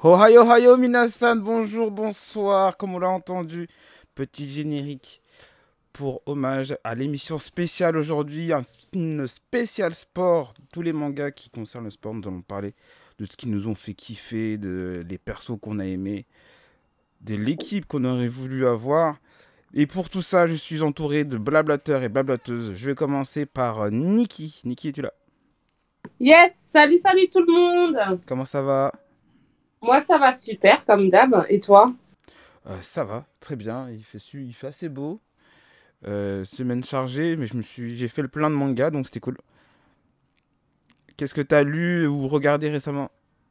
Ohio, ohio, minasan, bonjour, bonsoir, comme on l'a entendu, petit générique pour hommage à l'émission spéciale aujourd'hui, une spéciale sport, tous les mangas qui concernent le sport, nous allons parler de ce qui nous ont fait kiffer, de les persos qu'on a aimés, de l'équipe qu'on aurait voulu avoir. Et pour tout ça, je suis entouré de blablateurs et blablateuses. Je vais commencer par Niki. Niki, es-tu là? Yes, salut, salut tout le monde. Comment ça va? Moi, ça va super, comme d'hab. Et toi? Ça va, très bien, il fait assez beau. Semaine chargée, mais j'ai fait le plein de mangas, donc c'était cool. Qu'est-ce que t'as lu ou regardé récemment?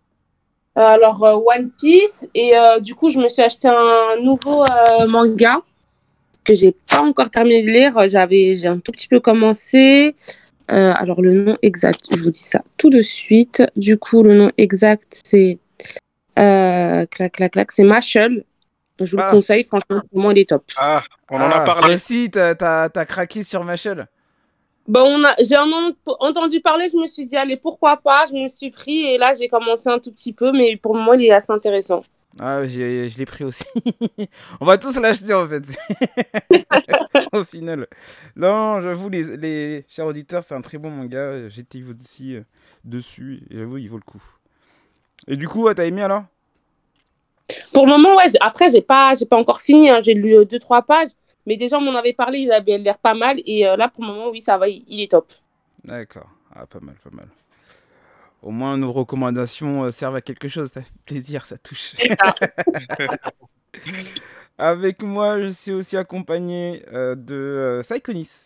One Piece. Et du coup, je me suis acheté un nouveau manga que j'ai pas encore terminé de lire. J'ai un tout petit peu commencé. Le nom exact, je vous dis ça tout de suite. Du coup, le nom exact, c'est clac, clac, clac, c'est Mashal. Je vous le Ah, conseille, franchement, pour moi, il est top. Ah, on en a ah, toi parlé. aussi, t'as craqué sur Machel. Entendu parler, je me suis dit, allez, pourquoi pas? Je me suis pris et là, j'ai commencé un tout petit peu, mais pour le moment, il est assez intéressant. Ah, je l'ai pris aussi. On va tous l'acheter en fait, au final. Non, j'avoue, les chers auditeurs, c'est un très bon manga. J'étais aussi dessus, et j'avoue, il vaut le coup. Et du coup, t'as aimé alors? Pour le moment, ouais. Après, j'ai pas encore fini, hein. J'ai lu deux, trois pages, mais déjà, on m'en avait parlé, il avait l'air pas mal. Et là, pour le moment, oui, ça va, il est top. D'accord. Ah, pas mal, pas mal. Au moins, nos recommandations servent à quelque chose. Ça fait plaisir, ça touche. C'est ça. Avec moi, je suis aussi accompagné de Saikonis.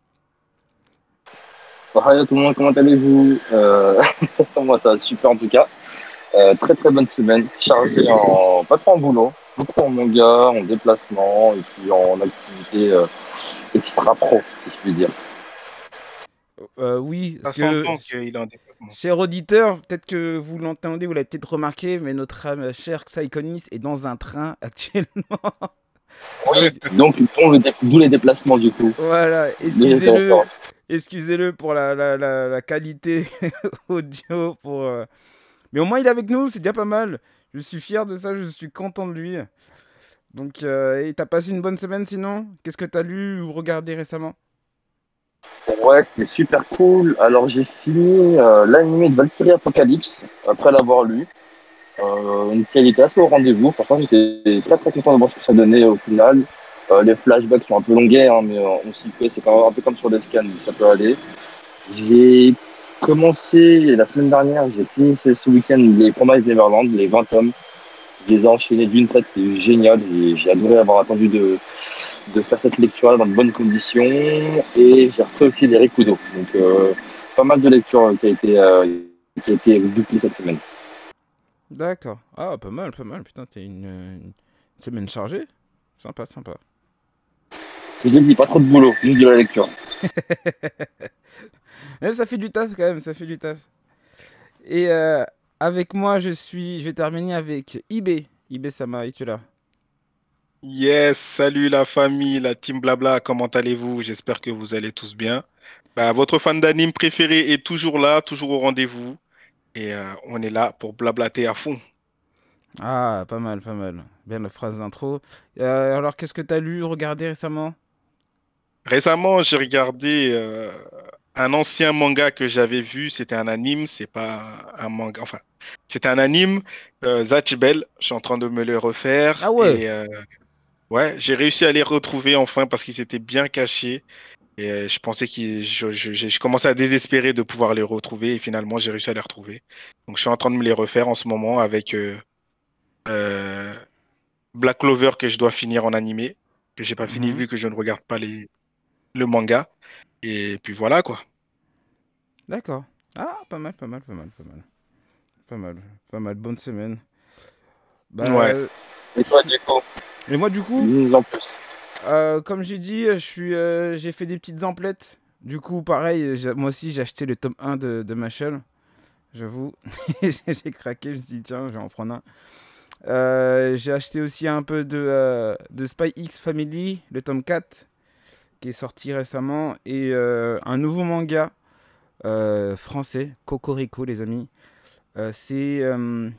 Bonjour tout le monde, comment allez-vous? Moi ça va super en tout cas. Très très bonne semaine, chargée en pas trop en boulot, beaucoup en manga, en déplacement et puis en activité extra pro, si je puis dire. Oui, parce Ça que, s'entend qu'il est en développement. cher auditeur, peut-être que vous l'entendez, vous l'avez peut-être remarqué, mais notre cher Saikonis est dans un train actuellement. Oui, Donc, donc d'où les déplacements du coup, voilà, d'où les excusez-le. références. Excusez-le pour la qualité audio. Mais au moins, il est avec nous, c'est déjà pas mal. Je suis fier de ça, je suis content de lui. Donc, et t'as passé une bonne semaine sinon? Qu'est-ce que t'as lu ou regardé récemment? Ouais, c'était super cool. Alors j'ai fini l'animé de Valkyrie Apocalypse après l'avoir lu. Une qualité assez au rendez-vous. Franchement, j'étais très très content de voir ce que ça donnait au final. Les flashbacks sont un peu longuets, hein, mais on s'y fait. C'est quand même un peu comme sur des scans, ça peut aller. J'ai commencé la semaine dernière, j'ai fini ce week-end les Promises Neverland, les 20 tomes. Je les ai enchaînés d'une traite, c'était génial. J'ai adoré avoir attendu de faire cette lecture dans de bonnes conditions. Et j'ai repris aussi les Rikudo. Donc, pas mal de lectures qui a été bouclée cette semaine. D'accord. Ah, pas mal, pas mal. Putain, t'es une semaine chargée. Sympa, sympa. Je vous ai dit, pas trop de boulot, juste de la lecture. Mais ça fait du taf quand même, ça fait du taf. Et avec moi, je vais terminer avec Ibe. Ibe Sama, es-tu là? Yes, salut la famille, la team Blabla, comment allez-vous? J'espère que vous allez tous bien. Bah, votre fan d'anime préféré est toujours là, toujours au rendez-vous. Et on est là pour blablater à fond. Ah, pas mal, pas mal. Bien la phrase d'intro. Alors, qu'est-ce que t'as lu, regardé récemment? Récemment, j'ai regardé un ancien manga que j'avais vu. C'était un anime, c'est pas un manga. Enfin, c'était un anime, Zatch Bell. Je suis en train de me le Ah refaire. ouais. Et ouais, j'ai réussi à les retrouver enfin parce qu'ils étaient bien cachés. Et je pensais je commençais à désespérer de pouvoir les retrouver. Et finalement, j'ai réussi à les retrouver. Donc, je suis en train de me les refaire en ce moment avec euh, Black Clover que je dois finir en animé. Que j'ai pas fini Mhm. vu que je ne regarde pas le manga. Et puis voilà quoi. D'accord. Ah, pas mal, pas mal, pas mal, pas mal. Pas mal, pas mal. Bonne semaine. Ouais. Bah, Et toi, du coup, et moi, du coup, dis-nous en plus. comme j'ai dit, j'ai fait des petites emplettes. Du coup, pareil, moi aussi, j'ai acheté le tome 1 de Machel. J'avoue, j'ai craqué, je me suis dit, tiens, je vais en prendre un. J'ai acheté aussi un peu de Spy X Family, le tome 4, qui est sorti récemment, et un nouveau manga français, Cocorico, les amis. C'est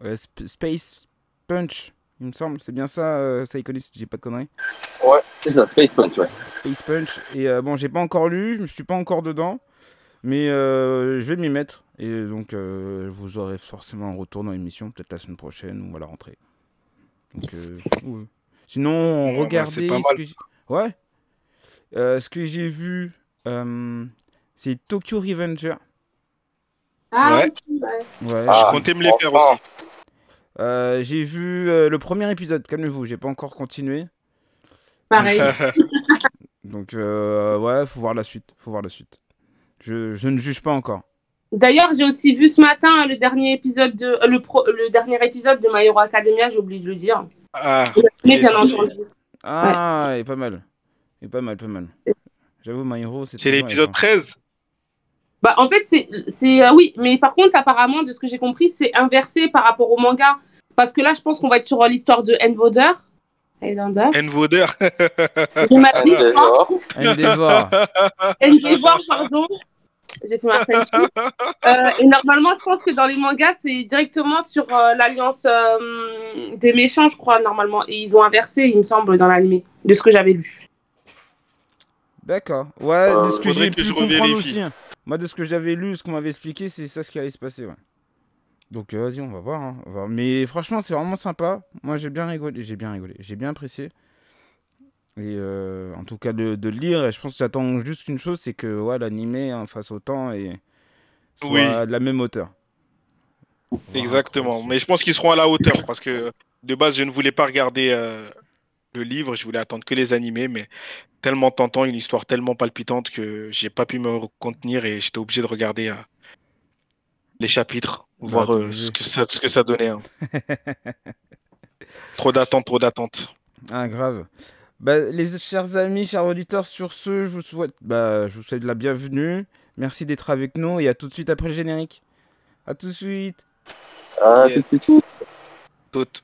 Space Punch, il me semble. C'est bien ça, Psychonis, si j'ai pas de conneries. Ouais, c'est ça, Space Punch, ouais. Space Punch. Et bon, j'ai pas encore lu, je me suis pas encore dedans. Mais je vais m'y mettre. Et donc, vous aurez forcément un retour dans l'émission, peut-être la semaine prochaine ou à la rentrée. Donc, ouais. Sinon, Ouais, regardez c'est pas ce mal. que j'ai... Ouais. Ce que j'ai vu, c'est Tokyo Revenger. Ah, Ouais. aussi, ouais. Ouais, Je Ah, comptais me les faire enfin. j'ai j'ai vu le premier épisode, calmez-vous, j'ai pas encore continué. Pareil. aussi. Donc, ouais, faut voir la suite, faut voir la suite. Je ne juge pas encore. D'ailleurs, j'ai aussi vu ce matin le dernier épisode le dernier épisode de My Hero Academia, j'ai oublié de le dire. Ah, Mais il est bien sorti. entendu. Ah, il est pas mal. Il est pas mal, pas mal. J'avoue, My Hero, cette C'est saison est l'épisode pas... 13. Bah, en fait, oui, mais par contre, apparemment, de ce que j'ai compris, c'est inversé par rapport au manga. Parce que là, je pense qu'on va être sur l'histoire de Envoder. Highlander. Envoder. J'ai ma dit, Endeavor. Endeavor. Endeavor, pardon. J'ai fait ma Frenchie. Et normalement, je pense que dans les mangas, c'est directement sur l'alliance des méchants, je crois, normalement. Et ils ont inversé, il me semble, dans l'anime, de ce que j'avais lu. D'accord. Ouais, de ce que Faudrait j'ai que pu je comprendre revérifie. aussi. Hein. Moi, de ce que j'avais lu, ce qu'on m'avait expliqué, c'est ça ce qui allait se passer. Ouais. Donc, vas-y, on va voir. Hein. On va voir. Mais franchement, c'est vraiment sympa. Moi, j'ai bien rigolé. J'ai bien apprécié. Et en tout cas, de le lire, et je pense que j'attends juste une chose, c'est que ouais, l'animé en fasse autant et Oui, soit de la même hauteur. exactement. Raccroche. Mais je pense qu'ils seront à la hauteur parce que de base, je ne voulais pas regarder le livre, je voulais attendre que les animés, mais tellement tentant, une histoire tellement palpitante que j'ai pas pu me contenir et j'étais obligé de regarder les chapitres, Bah, voir t'es ce obligé. ce que ça donnait. Hein. Trop d'attente, trop d'attente. Ah, grave. Bah, les chers amis, chers auditeurs, sur ce, je vous souhaite la bienvenue. Merci d'être avec nous et à tout de suite après le générique. À tout de suite. Ah, Yeah. tout de suite. Tout.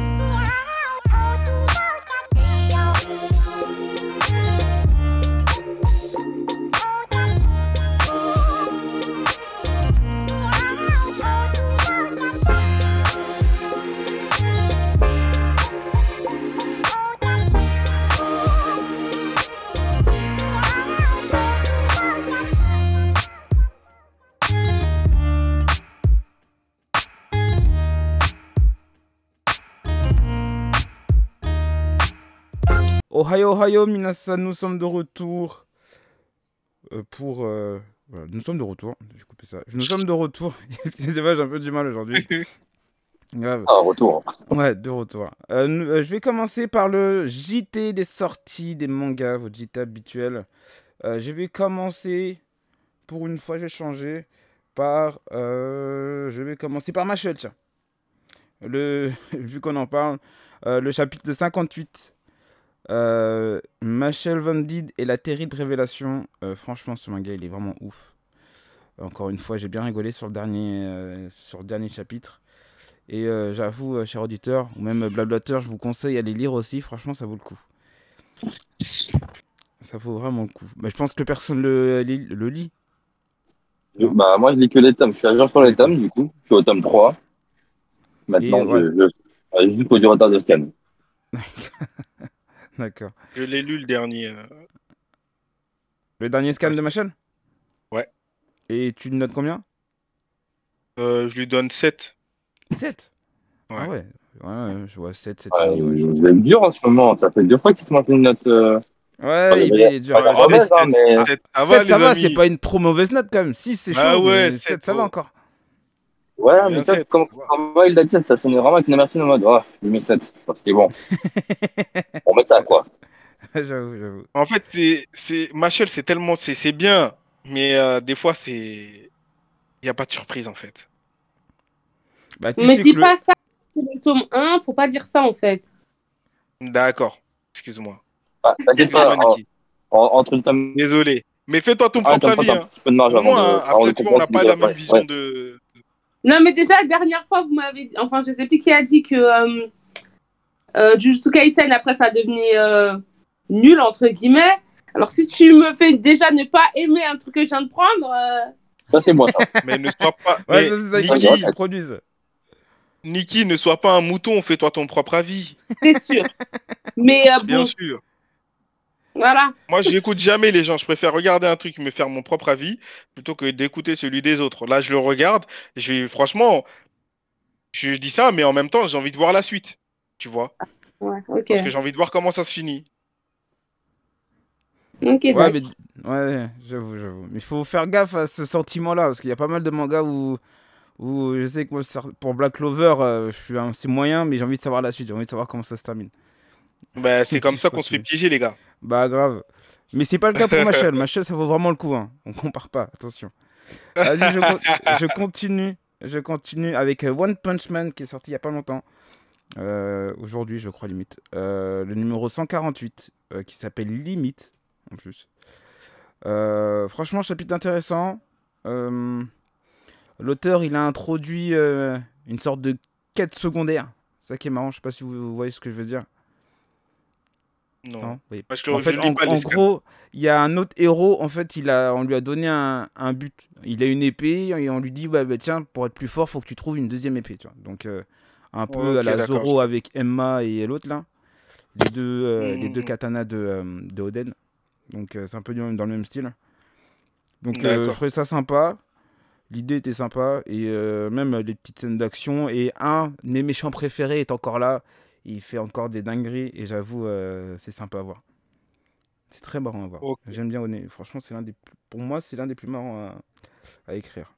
Ohio, Ohio, minasan, nous sommes de retour pour... voilà, nous sommes de retour. J'ai coupé ça. Nous sommes de retour. Excusez-moi, j'ai un peu du mal aujourd'hui. Grave. Ah, retour. Ouais, de retour. Je vais commencer par le JT des sorties des mangas, votre JT habituel. Je vais commencer, pour une fois, je vais changer par... je vais commencer par Machel, tiens. Vu qu'on en parle, le chapitre 58. Machel Van Did et la terrible révélation. Franchement, ce manga, il est vraiment ouf. Encore une fois, j'ai bien rigolé sur le dernier chapitre. Et j'avoue, cher auditeur, ou même blablateur, je vous conseille à les lire aussi. Franchement, ça vaut le coup. Ça vaut vraiment le coup. Mais je pense que personne le lit. Non. Bah, moi, je lis que les tomes. Je suis à jour sur Que les les tomes. tomes, du coup. Je suis au tome 3. Et Maintenant, ouais, juste pour du retard de scan. d'accord. Je l'ai lu le dernier. Le dernier scan Ouais. de Machel. Ouais. Et tu notes combien? Je lui donne 7. 7. Ouais. Ah ouais. Ouais, je vois 7, 7 Ouais, et demi. Ouais, je il vois. est dur en ce moment. Ça fait 2 fois qu'il se mange une note. Ouais, il est dur. Pas Ouais, mauvaise, mais hein, mais. Ah, 7, ça 7, va, ça les va, amis. c'est pas une trop mauvaise note quand même. 6, c'est chaud, Ah ouais, mais 7, 7, ça va oh. encore. Ouais, Bien mais ça, 7, comme ça va. moi, il a dit 7, ça sonnait vraiment avec une amertume en mode, oh, je lui mets 7. Parce que bon, on met ça, quoi. J'avoue. En fait, Machel, c'est tellement, c'est bien, mais des fois, il n'y a pas de surprise, en fait. Bah, tu Me sais dis que pas ça, c'est le tome 1, faut pas dire ça en fait. D'accord, excuse-moi. Ah, t'inquiète pas, Excuse-moi, Niki. entre le tome Désolé. Mais fais-toi ton 1 et propre le tome 3, avis, t'as un hein. petit peu de marge Au moins, hein, avant de après, tu vois, on n'a comprendre pas ce la qu'il doit même faire. vision Ouais. de... Non, mais déjà, la dernière fois, vous m'avez dit, enfin, je sais plus qui a dit que Jujutsu Kaisen, après, ça devenait nul, entre guillemets. Alors, si tu me fais déjà ne pas aimer un truc que je viens de prendre, Ça, c'est moi, ça. Mais ne sois pas... ouais, Mais ça, c'est ça Niki- qui produisent. Niki, ne sois pas un mouton, fais-toi ton propre avis. C'est sûr. Mais Bien bon, sûr. voilà. Moi, j'écoute jamais les gens. Je préfère regarder un truc, me faire mon propre avis, plutôt que d'écouter celui des autres. Là, je le regarde. Franchement, je dis ça, mais en même temps, j'ai envie de voir la suite. Tu vois? Ouais, ok. Parce que j'ai envie de voir comment ça se finit. Ok, Ouais, mais d'accord. ouais, j'avoue. Mais il faut faire gaffe à ce sentiment-là, parce qu'il y a pas mal de mangas où je sais que moi, pour Black Clover, c'est moyen, mais j'ai envie de savoir la suite, j'ai envie de savoir comment ça se termine. Bah, c'est Si comme je ça qu'on se fait continue. piéger, les gars. Bah, grave. Mais c'est pas le cas pour Machel. Machel, ça vaut vraiment le coup, hein. On compare pas, attention. Vas-y, je continue. Je continue avec One Punch Man qui est sorti il y a pas longtemps. Aujourd'hui, je crois, limite. Le numéro 148 qui s'appelle Limite, en plus. Franchement, chapitre intéressant. Euh, L'auteur, il a introduit une sorte de quête secondaire. C'est ça qui est marrant, je sais pas si vous voyez ce que je veux dire. Non. Non, oui. Parce En que je fait, lis pas les en scans. gros, il y a un autre héros, en fait, on lui a donné un but. Il a une épée et on lui dit, bah, tiens, pour être plus fort, faut que tu trouves une deuxième épée. Tu vois. Donc, un peu à Ok, la d'accord, je Zoro capte. avec Emma et l'autre, là. Les deux katanas de Oden. Donc, c'est un peu dans le même style. Donc, je D'accord. trouvais ça sympa. L'idée était sympa. Et même les petites scènes d'action. Et un de mes méchants préférés est encore là. Il fait encore des dingueries. Et j'avoue, c'est sympa à voir. C'est très marrant à voir. Ok. J'aime bien Oden. Franchement, pour moi, c'est l'un des plus marrants à écrire.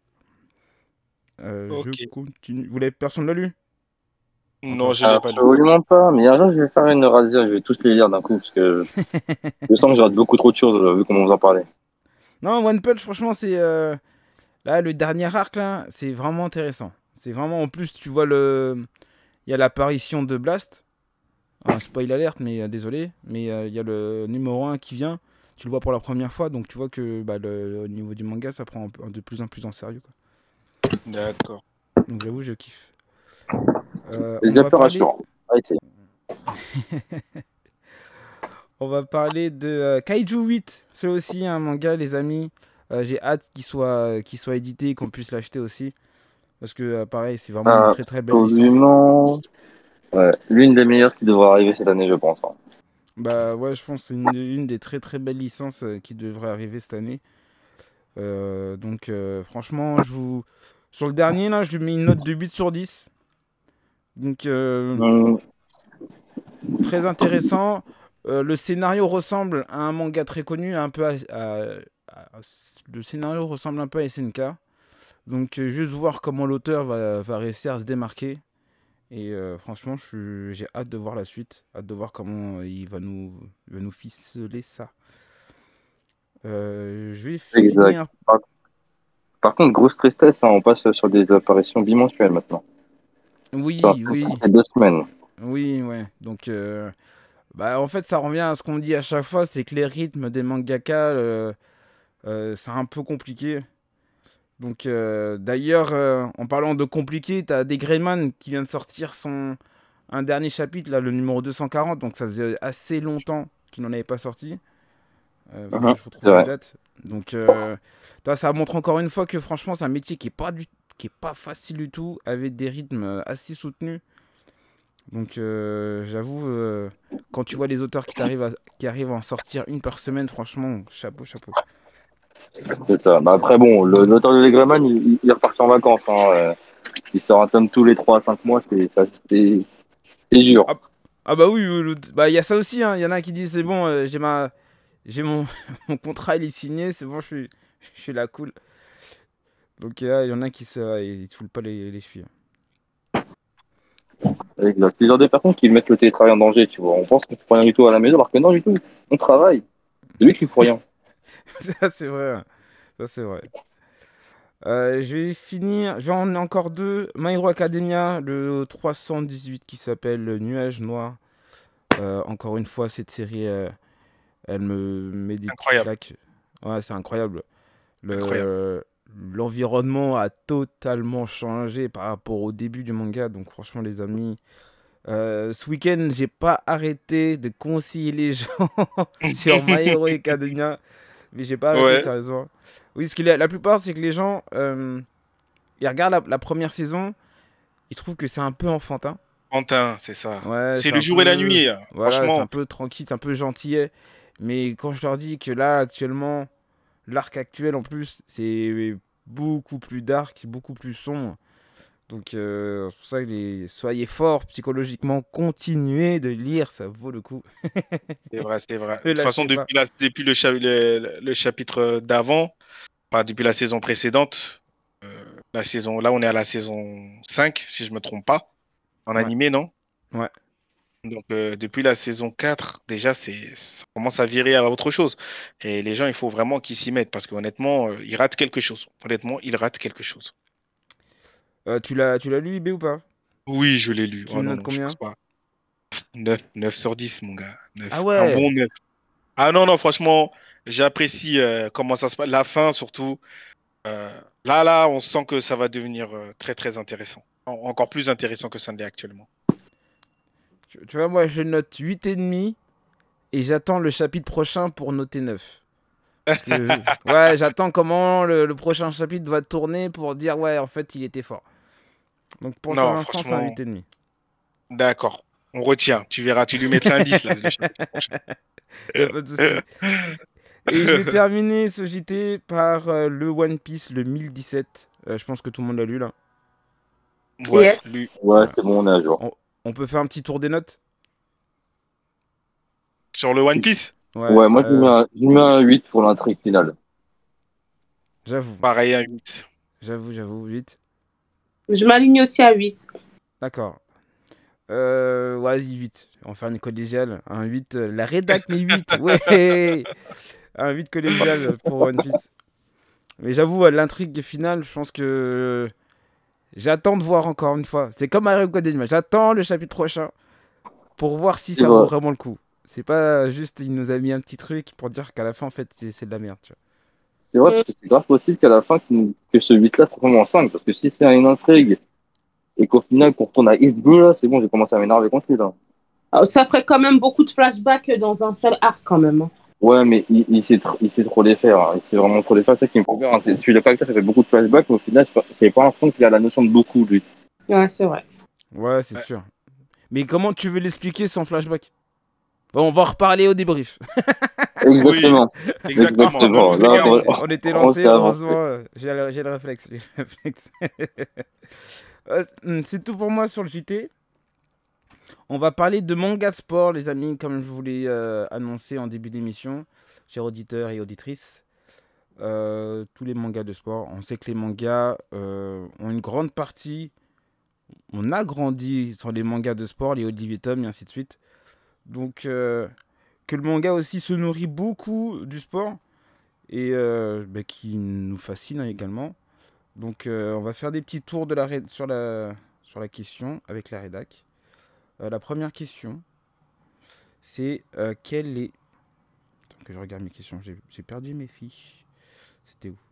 Je Ok. continue. Personne l'a lu Non, encore. je l'ai pas lu. Absolument pas, mais un jour je vais faire une razzia, je vais tous les lire d'un coup, parce que je sens que j'ai beaucoup trop de choses, vu comment vous en parlez. Non, One Punch, franchement, c'est là le dernier arc là, c'est vraiment intéressant. C'est vraiment en plus, tu vois il y a l'apparition de Blast. Un spoil alerte, mais désolé, mais il y a le numéro 1 qui vient. Tu le vois pour la première fois, donc tu vois que bah, au niveau du manga, ça prend de plus en plus en sérieux, quoi. D'accord. Donc j'avoue, je kiffe. C'est déjà plus rassurant. Arrêtez. On va parler de Kaiju 8. C'est aussi un manga, les amis. J'ai hâte qu'il soit édité et qu'on puisse l'acheter aussi. Parce que, pareil, c'est vraiment une très très belle licence. Absolument. Ouais, l'une des meilleures qui devrait arriver cette année, je pense, hein. Bah ouais, je pense que c'est une des très très belles licences qui devrait arriver cette année. Donc, franchement, sur le dernier, là, je lui mets une note de 8 sur 10. Donc, Hum, très intéressant. Le scénario ressemble à un manga très connu, un peu le scénario ressemble un peu à SNK. Donc juste voir comment l'auteur va réussir à se démarquer. Et franchement, j'ai hâte de voir la suite. Hâte de voir comment il va nous ficeler ça. Je vais exact. finir. Par contre, grosse tristesse, hein, on passe sur des apparitions bimensuelles maintenant. Ça Oui, oui, fait 2 semaines. oui, ouais. Donc, bah, en fait, ça revient à ce qu'on dit à chaque fois, c'est que les rythmes des mangaka, c'est un peu compliqué. Donc, d'ailleurs, en parlant de compliqué, t'as des Greyman qui vient de sortir un dernier chapitre, là, le numéro 240. Donc, ça faisait assez longtemps qu'il n'en avait pas sorti. Faudrait Mhm, que je c'est retrouve les vrai. dates. Donc, ça montre encore une fois que franchement, c'est un métier qui est pas facile du tout, avec des rythmes assez soutenus. Donc, j'avoue, quand tu vois les auteurs qui arrivent à en sortir une par semaine, franchement, chapeau, chapeau. C'est ça. Bah après, bon, l'auteur de Legreman, il est reparti en vacances, hein. Il sort un tome tous les 3 à 5 mois, c'est dur. Ah, ah bah oui, bah il y a ça aussi, hein. Il y en a qui disent c'est bon, j'ai mon, mon contrat il est signé, c'est bon, je suis là cool. Donc il y en a ils se foulent pas les chevilles. Exact. C'est le genre de personnes qui mettent le télétravail en danger, tu vois. On pense qu'on ne fout rien du tout à la maison, alors que non, du tout. On travaille. C'est lui qui fout rien. Ça c'est vrai, hein. Ça c'est vrai. Je vais finir, j'en ai encore deux. My Hero Academia, le 318 qui s'appelle Nuage Noir. Encore une fois, cette série, elle me met des petites Incroyable. claques. Ouais, c'est incroyable. Incroyable. L'environnement a totalement changé par rapport au début du manga. Donc franchement les amis, ce week-end j'ai pas arrêté de conseiller les gens sur My Hero Academia. Mais j'ai pas arrêté Ouais. sérieusement. Oui, parce que la plupart c'est que les gens ils regardent la première saison il trouve que c'est un peu enfantin. Quentin, c'est ça. Ouais, C'est c'est le un jour et la peu. nuit, hein. Voilà, c'est un Franchement, peu tranquille, c'est un peu gentillet. Mais quand je leur dis que là, actuellement, l'arc actuel en plus, c'est beaucoup plus dark, beaucoup plus sombre. Donc, c'est pour ça que soyez forts psychologiquement, continuez de lire, ça vaut le coup. c'est vrai, c'est vrai. De Ne toute façon, lâchez pas. depuis le chapitre d'avant, enfin, depuis la saison précédente, là, on est à la saison 5 si je me trompe pas, en Ouais, animé, non? ouais. Donc, depuis la saison 4 déjà, ça commence à virer à autre chose. Et les gens, il faut vraiment qu'ils s'y mettent parce qu'honnêtement, ils ratent quelque chose. Honnêtement, ils ratent quelque chose. Tu l'as lu, IB, ou pas? Oui, je l'ai lu. Tu Oh le non, notes non, je pense combien? pas. 9 sur 10 mon gars. Ah 9. Un ouais! bon 9. Ah non, non, franchement, j'apprécie comment ça se passe. La fin, surtout. Là, on sent que ça va devenir très, très intéressant. Encore plus intéressant que ça ne l'est actuellement. Tu vois, moi, je note 8,5 et j'attends le chapitre prochain pour noter 9. Parce que, ouais, j'attends comment le prochain chapitre va tourner pour dire, ouais, en fait, il était fort. Donc, pour Non, l'instant, c'est un franchement, 8,5. d'accord. On retient. Tu verras, tu lui mettras un 10 là, le chapitre prochain. Y a pas de souci. Et je vais terminer ce JT par le One Piece, le 1017. Je pense que tout le monde l'a lu, là. Ouais, Yes. lui. Ouais, Voilà. c'est bon, on est à jour. On peut faire un petit tour des notes? Sur le One Piece, Ouais, Ouais, moi, je lui mets un 8 pour l'intrigue finale. j'avoue. pareil, un 8. J'avoue, 8. Je m'aligne aussi à 8. D'accord. Vas-y, 8. On va faire une collégiale. Un 8. La rédac, mais 8. Ouais. Un 8 collégial pour One Piece. Mais j'avoue, l'intrigue finale, je pense que j'attends de voir encore une fois. C'est comme Mario Academia. J'attends le chapitre prochain pour voir si C'est ça vaut vrai. vraiment le coup. C'est pas juste, il nous a mis un petit truc pour dire qu'à la fin, en fait, c'est de la merde. Tu vois. C'est vrai, parce que c'est grave possible qu'à la fin, que ce 8-là soit vraiment en 5. Parce que si c'est une intrigue et qu'au final, qu'on retourne à East Blue, là, c'est bon, j'ai commencé à m'énerver contre lui, là. Ça ferait quand même beaucoup de flashbacks dans un seul arc, quand même, hein. Ouais, mais il sait trop les faire, hein. Il sait vraiment trop les faire. C'est ça qui me fait peur, hein. Celui-là, pas ça fait beaucoup de flashbacks, mais au final, j'ai pas l'impression qu'il a la notion de beaucoup, lui. Ouais, c'est vrai. Ouais, c'est sûr. Mais comment tu veux l'expliquer sans flashback? Bon, on va en reparler au débrief. Oui, Exactement. exactement. Ne Exactement. nous Là, égarons pas. On était on lancé, s'est avancé. heureusement. J'ai le réflexe. J'ai le réflexe. C'est tout pour moi sur le JT. On va parler de manga de sport, les amis, comme je vous l'ai annoncé en début d'émission, chers auditeurs et auditrices. Tous les mangas de sport. On sait que les mangas ont une grande partie. On a grandi sur les mangas de sport, les Olivier Tom et ainsi de suite. Donc, que le manga aussi se nourrit beaucoup du sport et qui nous fascine également. Donc, on va faire des petits tours sur la question avec la rédac. La première question, c'est quelle est. Attends que je regarde mes questions, j'ai perdu mes fiches. C'était où?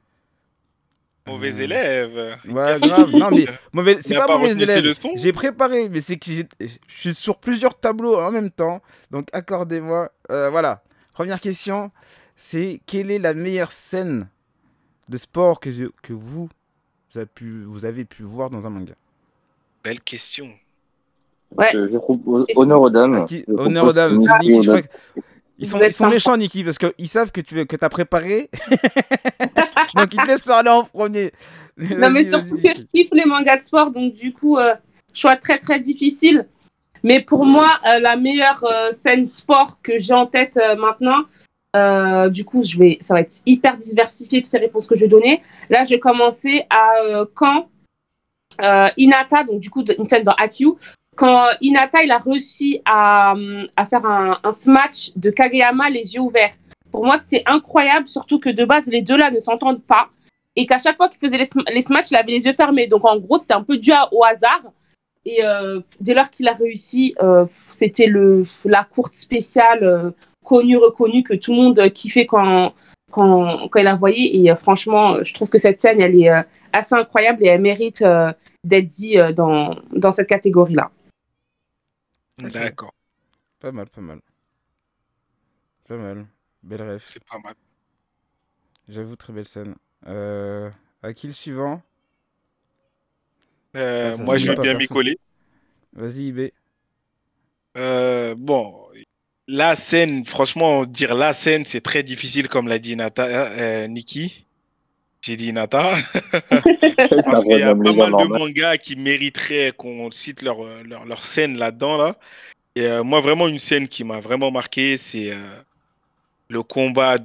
Mauvais Euh, élève. Ouais, grave. Non, mais Il c'est n'a pas pas mauvais retenu ses élève. leçons. J'ai préparé, mais c'est que je suis sur plusieurs tableaux en même temps. Donc, accordez-moi. Voilà. Première question, c'est quelle est la meilleure scène de sport que vous avez pu voir dans un manga? Belle question. Ouais. Je propose honneur aux À dames. qui? Je Honneur aux propose dames, c'est Niki Niki. aux Je dames. crois qu'ils Vous sont, ils êtes sont sympa. méchants, Niki, parce qu'ils savent que t'as préparé. Donc, ils te laissent parler en premier. Non, mais Vas-y, surtout que je Niki. kiffe les mangas de sport, donc du coup, choix très très difficile. Mais pour moi, la meilleure scène sport que j'ai en tête maintenant, du coup, ça va être hyper diversifié toutes les réponses que je vais donner. Là, je vais commencer quand Hinata, donc du coup, une scène dans AQ, quand Hinata, il a réussi à faire un smash de Kageyama les yeux ouverts. Pour moi, c'était incroyable, surtout que de base, les deux là ne s'entendent pas. Et qu'à chaque fois qu'il faisait les smash, il avait les yeux fermés. Donc en gros, c'était un peu dû au hasard. Et dès lors qu'il a réussi, c'était la courte spéciale connue, reconnue, que tout le monde kiffait quand il a envoyé. Et franchement, je trouve que cette scène, elle est assez incroyable et elle mérite d'être dit dans cette catégorie-là. Ok. D'accord, Pas mal, pas mal. Pas mal. Belle ref. c'est pas mal. J'avoue, très belle scène. À qui le suivant? Ah, ça se Moi, je limite veux pas, bien m'y perso. coller. Vas-y, IB. Bon, la scène, franchement, dire la scène, c'est très difficile, comme l'a dit Nikki. J'ai dit Nata. C'est un Parce qu'il vrai y a même pas les gars mal de normal. mangas qui mériteraient qu'on cite leur scène là-dedans, là. Et moi, vraiment, une scène qui m'a vraiment marqué, c'est le combat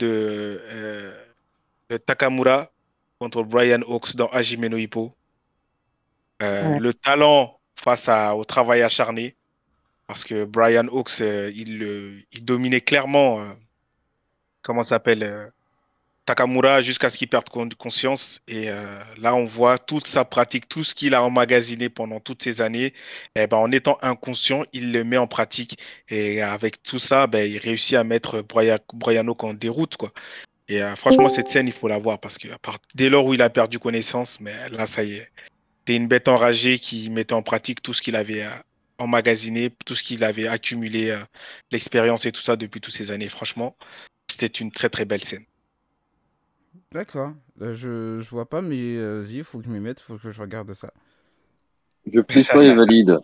de Takamura contre Brian Hawks dans Hajime no Ippo. Ouais. Le talent face au travail acharné, parce que Brian Hawks, il dominait clairement, comment ça s'appelle, Takamura jusqu'à ce qu'il perde conscience. Et là, on voit toute sa pratique, tout ce qu'il a emmagasiné pendant toutes ces années. Et ben, en étant inconscient, il le met en pratique. Et avec tout ça, ben, il réussit à mettre Brian Hawks en déroute, quoi. Et franchement, cette scène, il faut la voir parce que dès lors où il a perdu connaissance, mais là, ça y est. C'était une bête enragée qui mettait en pratique tout ce qu'il avait emmagasiné, tout ce qu'il avait accumulé, l'expérience et tout ça depuis toutes ces années. Franchement, c'était une très très belle scène. D'accord. Je vois pas, mais vas-y, faut que je m'y mette, faut que je regarde ça. Je plus choix et valide.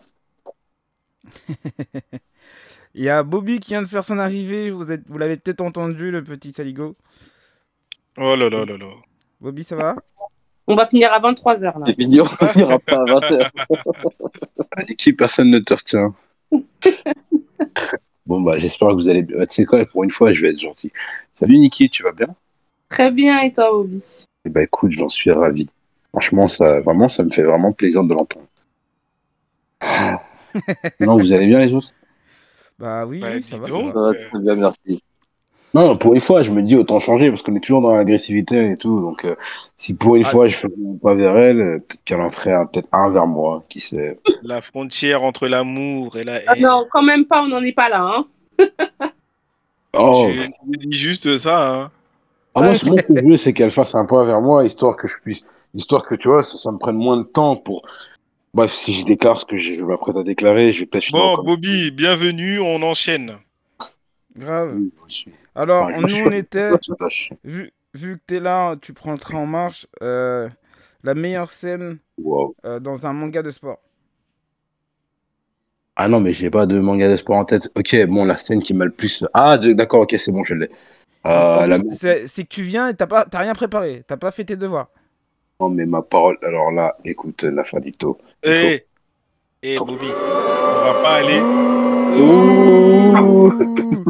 Il y a Bobby qui vient de faire son arrivée, vous l'avez peut-être entendu, le petit Saligo. Oh là là là là. Bobby, ça va? On va finir à 23h là. C'est fini, on finira pas à 20h. Niki, personne ne te retient. Bon, bah, j'espère que vous allez bien. Tu sais quoi, pour une fois, je vais être gentil. Salut Niki, tu vas bien? Très bien, et toi, Obi? Eh ben, écoute, j'en suis ravi. Franchement, ça me fait vraiment plaisir de l'entendre. Non, vous allez bien les autres? Bah oui, Bah, oui, ça dis va, ça donc. va. Ça va très bien, merci. Non, pour une fois, je me dis autant changer parce qu'on est toujours dans l'agressivité et tout. Donc, si pour une Ah, fois je fais un pas vers elle, peut-être qu'elle en ferait peut-être un vers moi, qui sait. La frontière entre l'amour et la Ah haine. non, quand même pas, on n'en est pas là, hein. Oh, Je dis juste ça, hein. moi, ce que je veux, c'est qu'elle fasse un pas vers moi, histoire que je puisse, histoire que tu vois, ça me prenne moins de temps pour. Bref, si je déclare ce que je m'apprête à déclarer, je vais peut-être finir Bon, encore. Bobby, bienvenue, on enchaîne. grave. Oui, moi aussi. Alors, Enfin, moi, nous, on était, je lâche. vu que t'es là, tu prends le train en marche, la meilleure scène Wow. dans un manga de sport. Ah non, mais j'ai pas de manga de sport en tête. Ok, bon, la scène qui m'a le plus. Ah, d'accord, ok, c'est bon, je l'ai. En La... plus, c'est que tu viens et t'as rien préparé, t'as pas fait tes devoirs. Non, mais ma parole, alors là, écoute, la Fadito, il faut. Hé, Bobby, on va pas aller. Ouh. Ouh.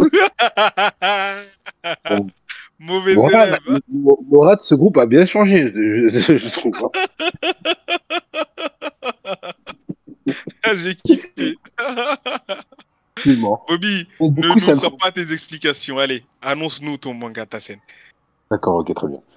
Bon, Mauvais Morale, élève. Morale de ce groupe a bien changé, je trouve, hein. J'ai kiffé. Effectivement. Bobby, Et du ne coup, nous ça me. sors pas tes explications. Allez, annonce-nous ton manga, ta scène. D'accord, ok, très bien.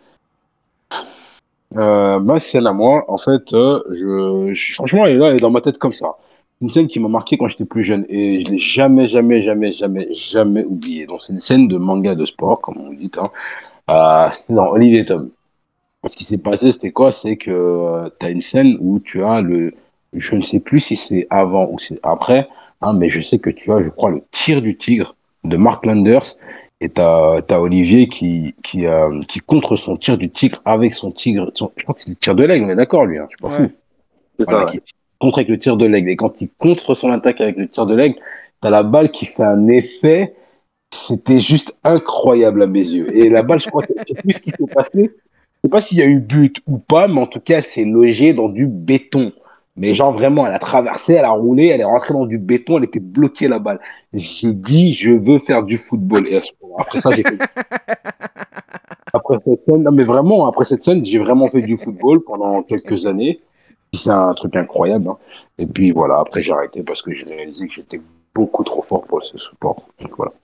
Ma scène à moi, en fait, franchement, elle est dans ma tête comme ça. Une scène qui m'a marqué quand j'étais plus jeune et je l'ai jamais, jamais, jamais, jamais, jamais oublié. Donc, c'est une scène de manga de sport, comme on dit, hein. C'était dans Olivier et Tom. Ce qui s'est passé, c'était quoi? C'est que tu as une scène où tu as je ne sais plus si c'est avant ou c'est après, hein, mais je sais que tu as, je crois, le tir du tigre de Mark Landers et t'as Olivier qui contre son tir du tigre avec son tigre. Je crois que c'est le tir de l'aigle, on est d'accord, lui, hein, je suis pas fou. Ouais. C'est Voilà, ça, ouais. qui contre avec le tir de l'aigle. Et quand il contre son attaque avec le tir de l'aigle, t'as la balle qui fait un effet. C'était juste incroyable à mes yeux. Et la balle, je crois que je sais plus ce qui s'est passé. Je sais pas s'il y a eu but ou pas, mais en tout cas, elle s'est logée dans du béton. Mais genre vraiment, elle a traversé, elle a roulé, elle est rentrée dans du béton, elle était bloquée la balle. J'ai dit, je veux faire du football. Et après ça, j'ai fait. Après cette scène, non mais vraiment, après cette scène, j'ai vraiment fait du football pendant quelques années. C'est un truc incroyable, hein. Et puis voilà, après j'ai arrêté parce que j'ai réalisé que j'étais beaucoup trop fort pour ce sport. Donc voilà.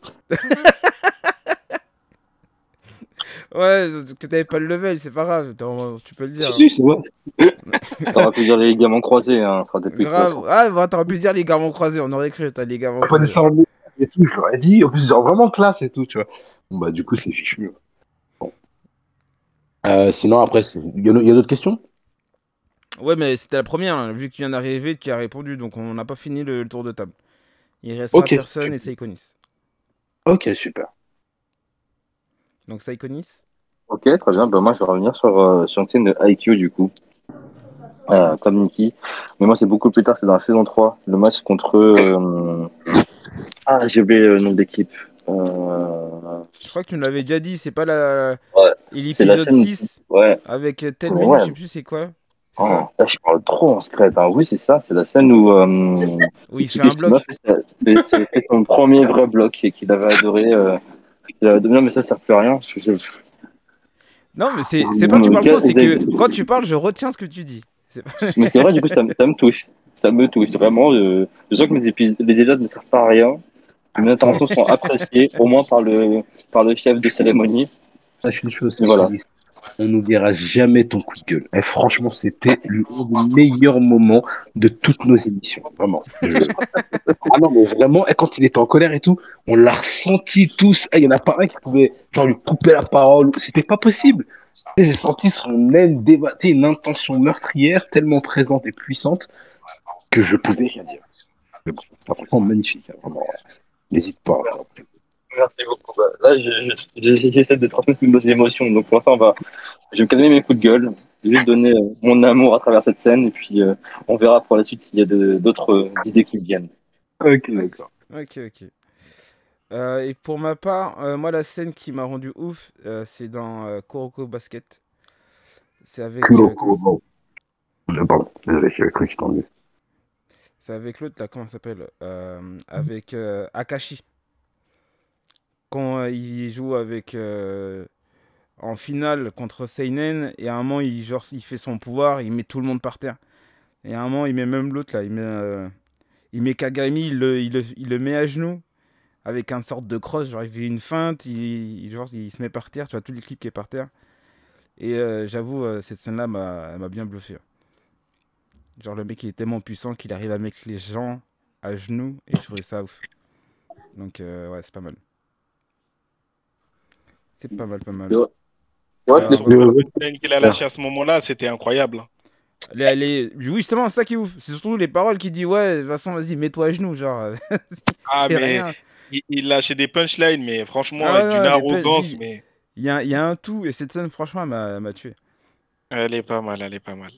Ouais, que t'avais pas le level, c'est pas grave, tu peux le dire, Si, hein. si, c'est vrai. T'auras pu dire les ligaments croisés, hein, ça sera peut-être plus Grave. classe. Ah, bah, t'aurais pu dire les ligaments croisés, on aurait cru, t'as les ligaments Pas croisés. descendre et tout, je leur ai dit, en plus, genre vraiment classe et tout, tu vois. Bon, bah, du coup, c'est fichu. Bon. Sinon, après, il y a d'autres questions? Ouais, mais c'était la première, hein, vu que tu viens d'arriver, tu as répondu, donc on n'a pas fini le tour de table. Il reste ma Ok, personne et Saikonis. ok, super. Donc Saikonis. Ok, très bien. Bah, moi, je vais revenir sur une scène de IQ, du coup. comme Nikki. Mais moi, c'est beaucoup plus tard, c'est dans la saison 3, le match contre. Ah, j'ai oublié le nom de l'équipe. Je crois que tu me l'avais déjà dit, c'est pas la... Ouais, c'est la l'épisode scène. 6 Ouais, avec Ted mais Menu, je ouais. sais plus c'est quoi. C'est Oh, ça? là, je parle trop en secret, hein. Oui, c'est ça, c'est la scène où Où il se fait un Tsukishima bloc. fait son premier vrai bloc et qu'il avait adoré. Il avait adoré, non, mais ça sert plus à rien. Non, mais c'est pas que tu parles trop, c'est que quand tu parles, je retiens ce que tu dis. C'est pas- Mais c'est vrai, du coup, ça me touche. Ça me touche, vraiment. Je sens que les épisodes ne servent pas à rien. Mes interventions sont appréciées, au moins par le chef de cérémonie. Sache une chose, Et c'est voilà. qu'Alice, on n'oubliera jamais ton coup de gueule. Et franchement, c'était le meilleur moment de toutes nos émissions. Vraiment. Ah non, mais vraiment, et quand il était en colère et tout, on l'a ressenti tous. Il y en a pas un qui pouvait genre, lui couper la parole. C'était pas possible. Et j'ai senti son haine débattée, une intention meurtrière tellement présente et puissante que je pouvais rien dire. Mais bon, c'est franchement magnifique. Hein, vraiment. N'hésite pas. Quoi. Merci beaucoup. Bah, là, j'essaie de transmettre toutes nos émotions. Donc, pour l'instant, je vais calmer mes coups de gueule. Je vais donner mon amour à travers cette scène. Et puis, on verra pour la suite s'il y a d'autres idées qui me viennent. Ok, Ok, d'accord. ok. Et pour ma part, moi, la scène qui m'a rendu ouf, c'est dans Kuroko Basket. C'est avec, Kuroko, bon. Pardon, désolé, j'avais cru que je t'en c'est avec l'autre, là, comment ça s'appelle avec Akashi. Quand il joue avec en finale contre Seinen, et à un moment, il fait son pouvoir, il met tout le monde par terre. Et à un moment, il met même l'autre, là, il met Kagami, il le met à genoux, avec un sorte de cross, genre il fait une feinte, genre, il se met par terre, tu vois, toute l'équipe qui est par terre. Et j'avoue, cette scène-là elle m'a bien bluffé. Genre le mec il est tellement puissant qu'il arrive à mettre les gens à genoux, et je trouvais ça ouf. Donc ouais, c'est pas mal. C'est pas mal, pas mal. Ouais, ouais, Euh, les- on va- Le punchline qu'il a lâché à ce moment-là, c'était incroyable. Oui, justement, c'est ça qui est ouf. C'est surtout les paroles qui dit ouais, de toute façon, vas-y, mets-toi à genoux, genre. Ah, Fais mais rien. il lâchait des punchlines, mais franchement, Ah avec ouais, d'une non, arrogance, puis mais il y a un tout, et cette scène, franchement, elle m'a tué. elle est pas mal, elle est pas mal.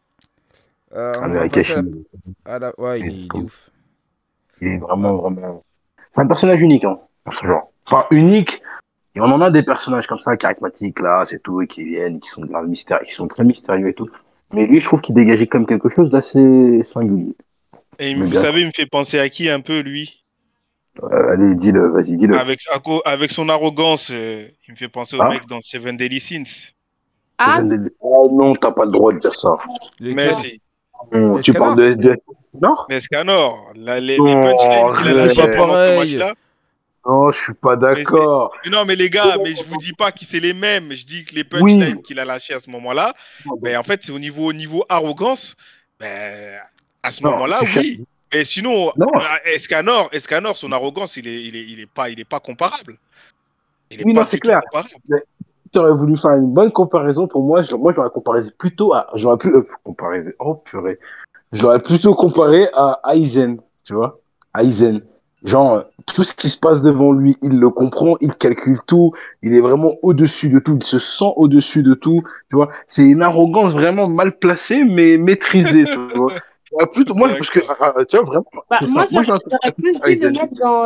Ah, On mais va passer Akashi, à la... Ouais, il est il ouf. est Ouais. vraiment, vraiment. C'est un personnage unique, hein, dans ce genre. Enfin, unique. Et on en a des personnages comme ça, charismatiques, là, c'est tout, et qui viennent, qui sont grave mystérieux, qui sont très mystérieux et tout. Mais lui, je trouve qu'il dégageait comme quelque chose d'assez singulier. Et Mais vous bien. savez, il me fait penser à qui un peu, lui? Allez, dis-le, vas-y, dis-le. Avec son arrogance, il me fait penser au Hein? mec dans Seven Deadly Sins. Ah, Oh non, t'as pas le droit de dire ça. Mais Lequel? si, Non, tu parles Escanor? de... Non? Nescanor, les Non, punchlines qu'il a C'est lâchés pas arrête. pendant ce pareil. match-là. Non, je suis pas Mais d'accord. non, mais les gars, mais je vous dis pas que c'est les mêmes. Je dis que les Oui. punchlines qu'il a lâchés à ce moment-là, ben, en fait, c'est au niveau arrogance. Ben, à ce Non, moment-là, tu cherches. oui. Mais sinon, Non. Escanor, son arrogance, il est pas comparable. Il est Oui, pas non, c'est du tout clair. comparable. Mais tu aurais voulu faire une bonne comparaison pour moi. Moi, j'aurais comparé plutôt à. J'aurais pu. Comparer. Oh, purée. Je l'aurais plutôt comparé à Aizen. Tu vois? Aizen. Genre, tout ce qui se passe devant lui, il le comprend, il calcule tout, il est vraiment au-dessus de tout, il se sent au-dessus de tout, tu vois. C'est une arrogance vraiment mal placée, mais maîtrisée, tu vois. Plutôt, moi, parce que, D'accord. tu vois, vraiment, bah, c'est moi, ça. Moi, j'aurais j'aurais plutôt plus dit le Aizen. mettre dans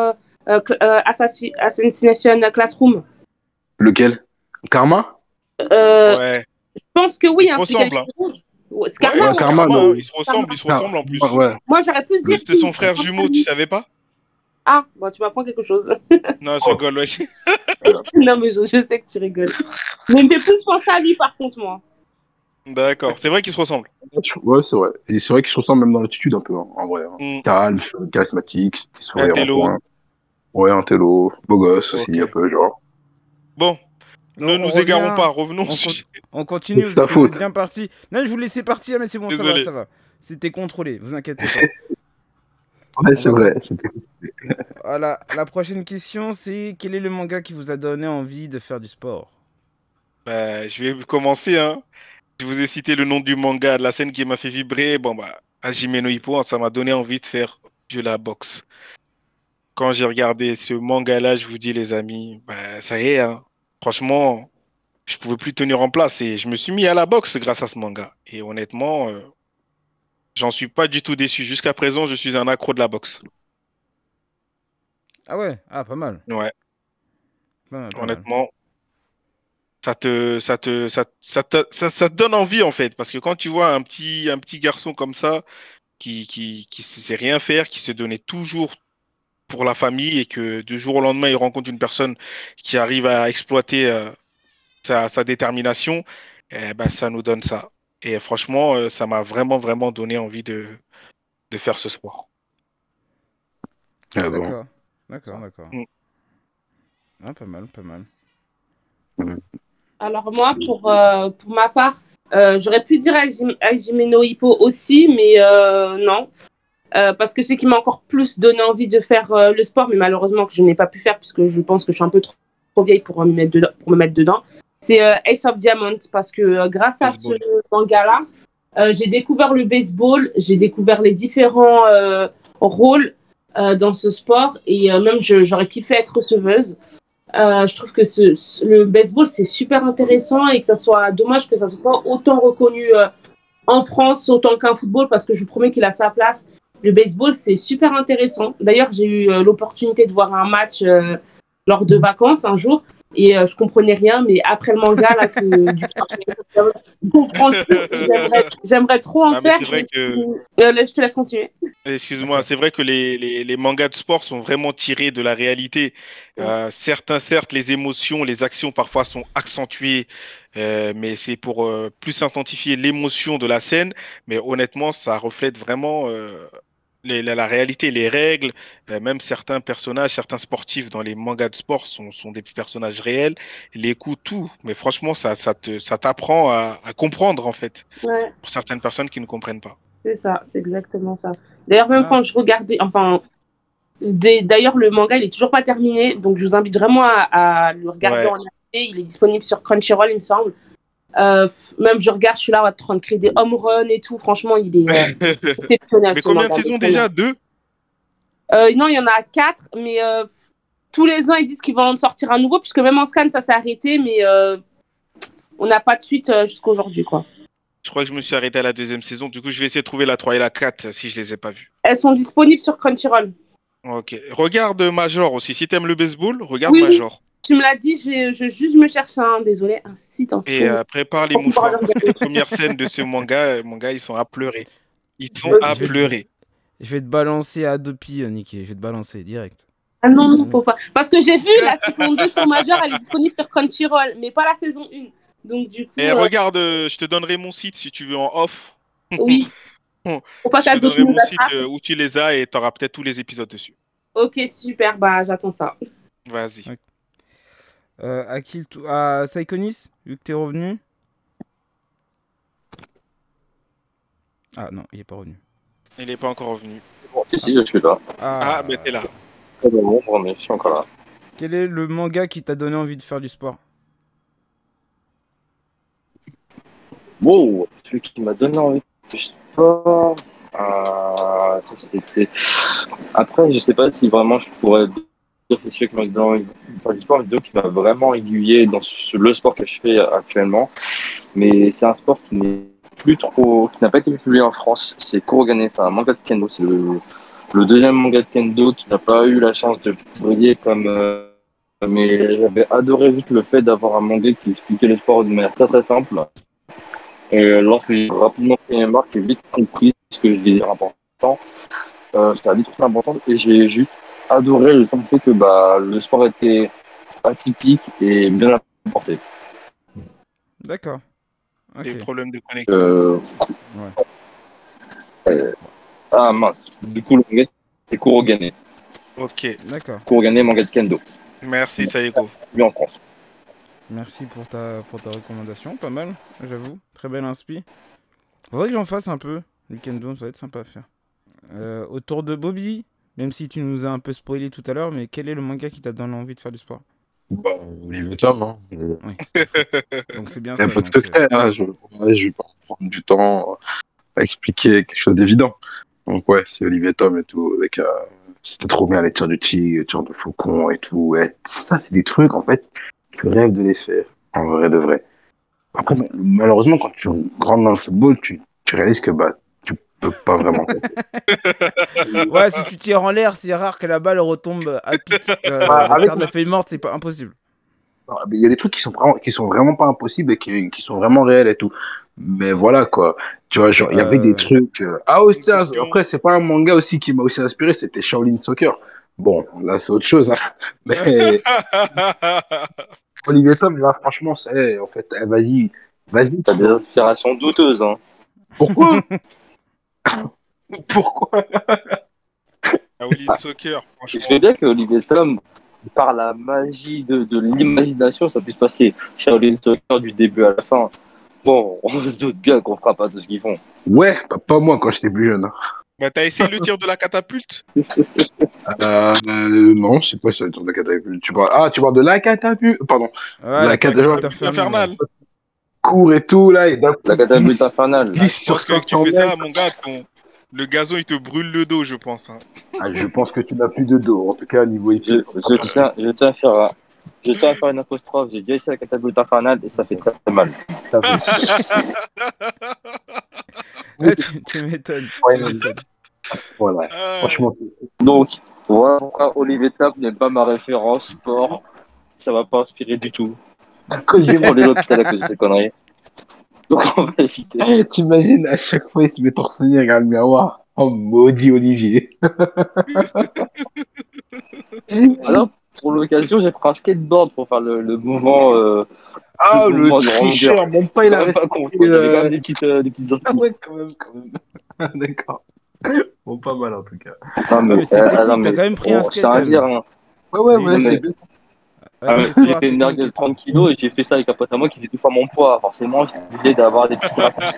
Assassination Classroom. Lequel? Karma? Ouais. Je pense que Ils oui, se hein, celui qui a les ressemblent, hein. cheveux rouges. Ouais, c'est Ouais, Karma, Ouais, ouais. c'est Karma, Karma, non. hein. Karma. Ils se ressemblent en plus. Ouais. Moi, j'aurais plus dit C'était son qu'il frère jumeau, tu savais pas? Ah, bon, tu m'apprends quelque chose. Non, je Oh. rigole, ouais. Non, mais je sais que tu rigoles. Mais il me fait plus penser à lui, par contre, moi. D'accord. C'est vrai qu'ils se ressemblent. Ouais, c'est vrai. Et c'est vrai qu'ils se ressemblent même dans l'attitude un peu, hein, en vrai. Hein. Hmm. Calme, charismatique, petit Un sourire en télo. coin. Ouais, un télo, beau gosse aussi, un Ok. peu, genre. Bon, ne On nous égarons revient, pas, revenons au on, con- sujet. on continue C'est parce ta que vous êtes faute. bien parti. Non, je vous laissais partir, mais c'est bon, ça va, Désolé. ça va. C'était contrôlé, vous inquiétez pas. Ouais, On c'est va con- vrai. Voilà, la prochaine question, c'est quel est le manga qui vous a donné envie de faire du sport? Bah, je vais commencer, hein. Je vous ai cité le nom du manga, de la scène qui m'a fait vibrer. Bon, bah, Hajime no Ippo, ça m'a donné envie de faire de la boxe. Quand j'ai regardé ce manga-là, je vous dis, les amis, bah, ça y est, hein. Franchement, je pouvais plus tenir en place et je me suis mis à la boxe grâce à ce manga. Et honnêtement, J'en suis pas du tout déçu. Jusqu'à présent, je suis un accro de la boxe. Ah ouais, ah pas mal. Ouais, Pas mal, pas mal. honnêtement, ça te donne envie en fait. Parce que quand tu vois un petit garçon comme ça, qui sait rien faire, qui se donnait toujours pour la famille et que du jour au lendemain, il rencontre une personne qui arrive à exploiter sa détermination, eh ben, ça nous donne ça. Et franchement, ça m'a vraiment, vraiment donné envie de faire ce sport. Ah bon. D'accord, d'accord, d'accord. Mm. Ah, pas mal, pas mal. Alors moi, pour ma part, j'aurais pu dire Hajime Hippo aussi, mais non. Parce que c'est qui m'a encore plus donné envie de faire le sport, mais malheureusement que je n'ai pas pu faire puisque je pense que je suis un peu trop vieille pour me mettre dedans. C'est Ace of Diamond parce que grâce à ce Baseball. manga-là, j'ai découvert le baseball, j'ai découvert les différents rôles dans ce sport et même j'aurais kiffé être receveuse. Je trouve que le baseball, c'est super intéressant et que ça soit dommage que ça soit pas autant reconnu en France autant qu'un football parce que je vous promets qu'il a sa place. Le baseball, c'est super intéressant. D'ailleurs, j'ai eu l'opportunité de voir un match lors de vacances un jour et je comprenais rien, mais après le manga, là, je comprends tout et j'aimerais trop en Ah, mais faire. c'est vrai que, Je te laisse continuer. excuse-moi, D'accord. c'est vrai que les mangas de sport sont vraiment tirés de la réalité. Ouais. Certes, les émotions, les actions parfois sont accentuées, mais c'est pour plus intensifier l'émotion de la scène. Mais honnêtement, ça reflète vraiment la réalité, les règles. Même certains personnages, certains sportifs dans les mangas de sport sont des personnages réels. Les coups, tout. Mais franchement, ça t'apprend à comprendre en fait, Ouais, pour certaines personnes qui ne comprennent pas. c'est ça, c'est exactement ça. D'ailleurs, même Ah, quand je regardais, enfin, d'ailleurs, le manga, il est toujours pas terminé, donc je vous invite vraiment à le regarder en Ouais. animé. Il est disponible sur Crunchyroll, il me semble. Même je regarde, je suis là en train de créer des home runs et tout. Franchement, il est exceptionnel Mais ce combien de manga. saisons Donc, déjà? Deux? non, il y en a quatre, mais tous les ans, ils disent qu'ils vont en sortir un nouveau, puisque même en scan, ça s'est arrêté, mais on n'a pas de suite jusqu'à aujourd'hui, quoi. Je crois que je me suis arrêté à la deuxième saison. Du coup, je vais essayer de trouver la 3 et la 4 si je les ai pas vues. Elles sont disponibles sur Crunchyroll. Ok. Regarde Major aussi. Si t'aimes le baseball, regarde Oui, oui, Major. tu me l'as dit, juste me chercher un, désolé, un site en Et stream prépare les pour pouvoir le mouchoirs parce que les regarder. premières scènes de ce manga, ils sont à pleurer. Ils je sont vais, à je vais, pleurer. je vais te balancer Adopi, Niki. Je vais te balancer direct. Ah non, C'est non, bon. faut pas. Parce que j'ai vu la saison 2 sur Major, elle est disponible sur Crunchyroll, mais pas la saison 1. Donc, du Et coup, regarde, je te donnerai mon site si tu veux en off. oui, faut pas Je te qu'Adobe donnerai nous mon site attrape. où tu les as et tu auras peut-être tous les épisodes dessus. Ok, super, bah j'attends ça. Vas-y. Ok. À Saikonis, vu que t'es revenu. Ah non, il est pas revenu. Il n'est pas encore revenu. Bon, si, je suis là. Ah, mais t'es Ah. là. Très dans l'ombre, mais je suis encore là. Quel est le manga qui t'a donné envie de faire du sport? Wow, celui qui m'a donné envie de sport. Ça, c'était. Après, je sais pas si vraiment je pourrais dire que c'est celui qui m'a donné envie de faire du sport, mais qui m'a vraiment aiguillé dans le sport que je fais actuellement. Mais c'est un sport qui n'est plus trop, qui n'a pas été publié en France. C'est Kurogane, enfin un manga de kendo. C'est le deuxième manga de kendo qui n'a pas eu la chance de briller comme. Mais j'avais adoré juste le fait d'avoir un manga qui expliquait le sport d'une manière très très simple. Et lorsque j'ai rapidement pris mes marques, j'ai vite compris ce que je disais important. Ça a vite été important et j'ai juste adoré le simple fait que bah, le sport était atypique et bien apporté. D'accord. Des Ok. problèmes de connexion. Euh, Ouais. euh, ah mince, du coup le manga c'est Kurogane. Ok. D'accord. Kurogane manga de kendo, Merci, Saïgo. lui en France. Merci pour ta recommandation. Pas mal, j'avoue. Très belle inspi. Faudrait que j'en fasse un peu. Du kendo, ça va être sympa à faire. Autour de Bobby, même si tu nous as un peu spoilé tout à l'heure, mais quel est le manga qui t'a donné envie de faire du sport? Bah, Olivier Tom, hein. Oui, c'était faux. Donc c'est bien Il n'y a ça. pas de Donc, secret, hein. Je vais pas prendre du temps à expliquer quelque chose d'évident. Donc ouais, c'est Olivier Tom et tout, avec c'était trop bien les tirs du tigre, les tirs de faucon et tout. Ouais. Ça, c'est des trucs, en fait, tu rêves de les faire, en vrai de vrai. Après, malheureusement, quand tu rentres dans le football, tu réalises que bah, tu Pas vraiment. Ouais, si tu tires en l'air, c'est rare que la balle retombe à pic. Bah, La avec terre de la feuille morte, c'est pas impossible. Non, mais il y a des trucs qui sont vraiment pas impossibles et qui sont vraiment réels et tout. Mais voilà, quoi. Tu vois, genre, il y avait des Euh, trucs. Ah, aussi, Une tiens, question. après, c'est pas un manga aussi qui m'a aussi inspiré, c'était Shaolin Soccer. Bon, là, c'est autre chose, hein. Mais Olivier Tom, là, franchement, c'est, en fait, vas-y, vas-y, T'as des inspirations douteuses, hein. pourquoi? Pourquoi? Shaolin Soccer, Je veux franchement. bien que Olivier Tom, par la magie de l'imagination, ça puisse passer Shaolin Soccer du début à la fin. Bon, on se doute bien qu'on fera pas tout ce qu'ils font. Ouais, pas moi quand j'étais plus jeune, hein. Bah, t'as essayé le tir de la catapulte? Non, c'est quoi ça, le tour de catapulte? Tu parles de la catapulte? Pardon. Ouais, La la La catapulte catapulte, catapulte infernale. Ouais. infernale? court et tout, là, et d'un coup, La catapulte infernale. Ah, glisse je sur pense que tu 500 fais ça, mètres. mon gars, le gazon, il te brûle le dos, je pense, hein. Ah, je pense que tu n'as plus de dos, en tout cas, niveau épique. Je tiens à faire une apostrophe. J'ai déjà essayé la catapulte infernale et ça fait très, très mal. Ça fait Ouais, tu m'étonnes. Tu m'étonnes. Voilà. Ah, Franchement, Donc, voilà pourquoi Olivier Tap n'est pas ma référence sport. Ça va pas inspirer du tout. Je vais voler l'hôpital à cause de ces conneries. Donc, on va éviter. t'imagines, à chaque fois, il se met torse nu, il regarde le miroir. Oh, maudit Olivier. Alors, pour l'occasion, j'ai pris un skateboard pour faire le mouvement, Ah, le de grandeur. tricheur, mon pas, C'est il quand a même pas respecté. con, tu vois. Il y avait quand même des petites Ah inspirations. ouais, quand même. D'accord. Bon, pas mal, en tout cas. Non, Ouais, mais, mais c'était non, technique. T'as mais quand même pris un bon, je skate tiens à quand dire, même. hein, Ouais, T'as eu ouais, non, c'est mais, bien. j'ai accessoires, fait une technique merguez et de tout. 30 kilos et j'ai fait ça avec un pote à moi qui fait 2 fois mon poids. Forcément, j'ai obligé d'avoir des petits raccourcis.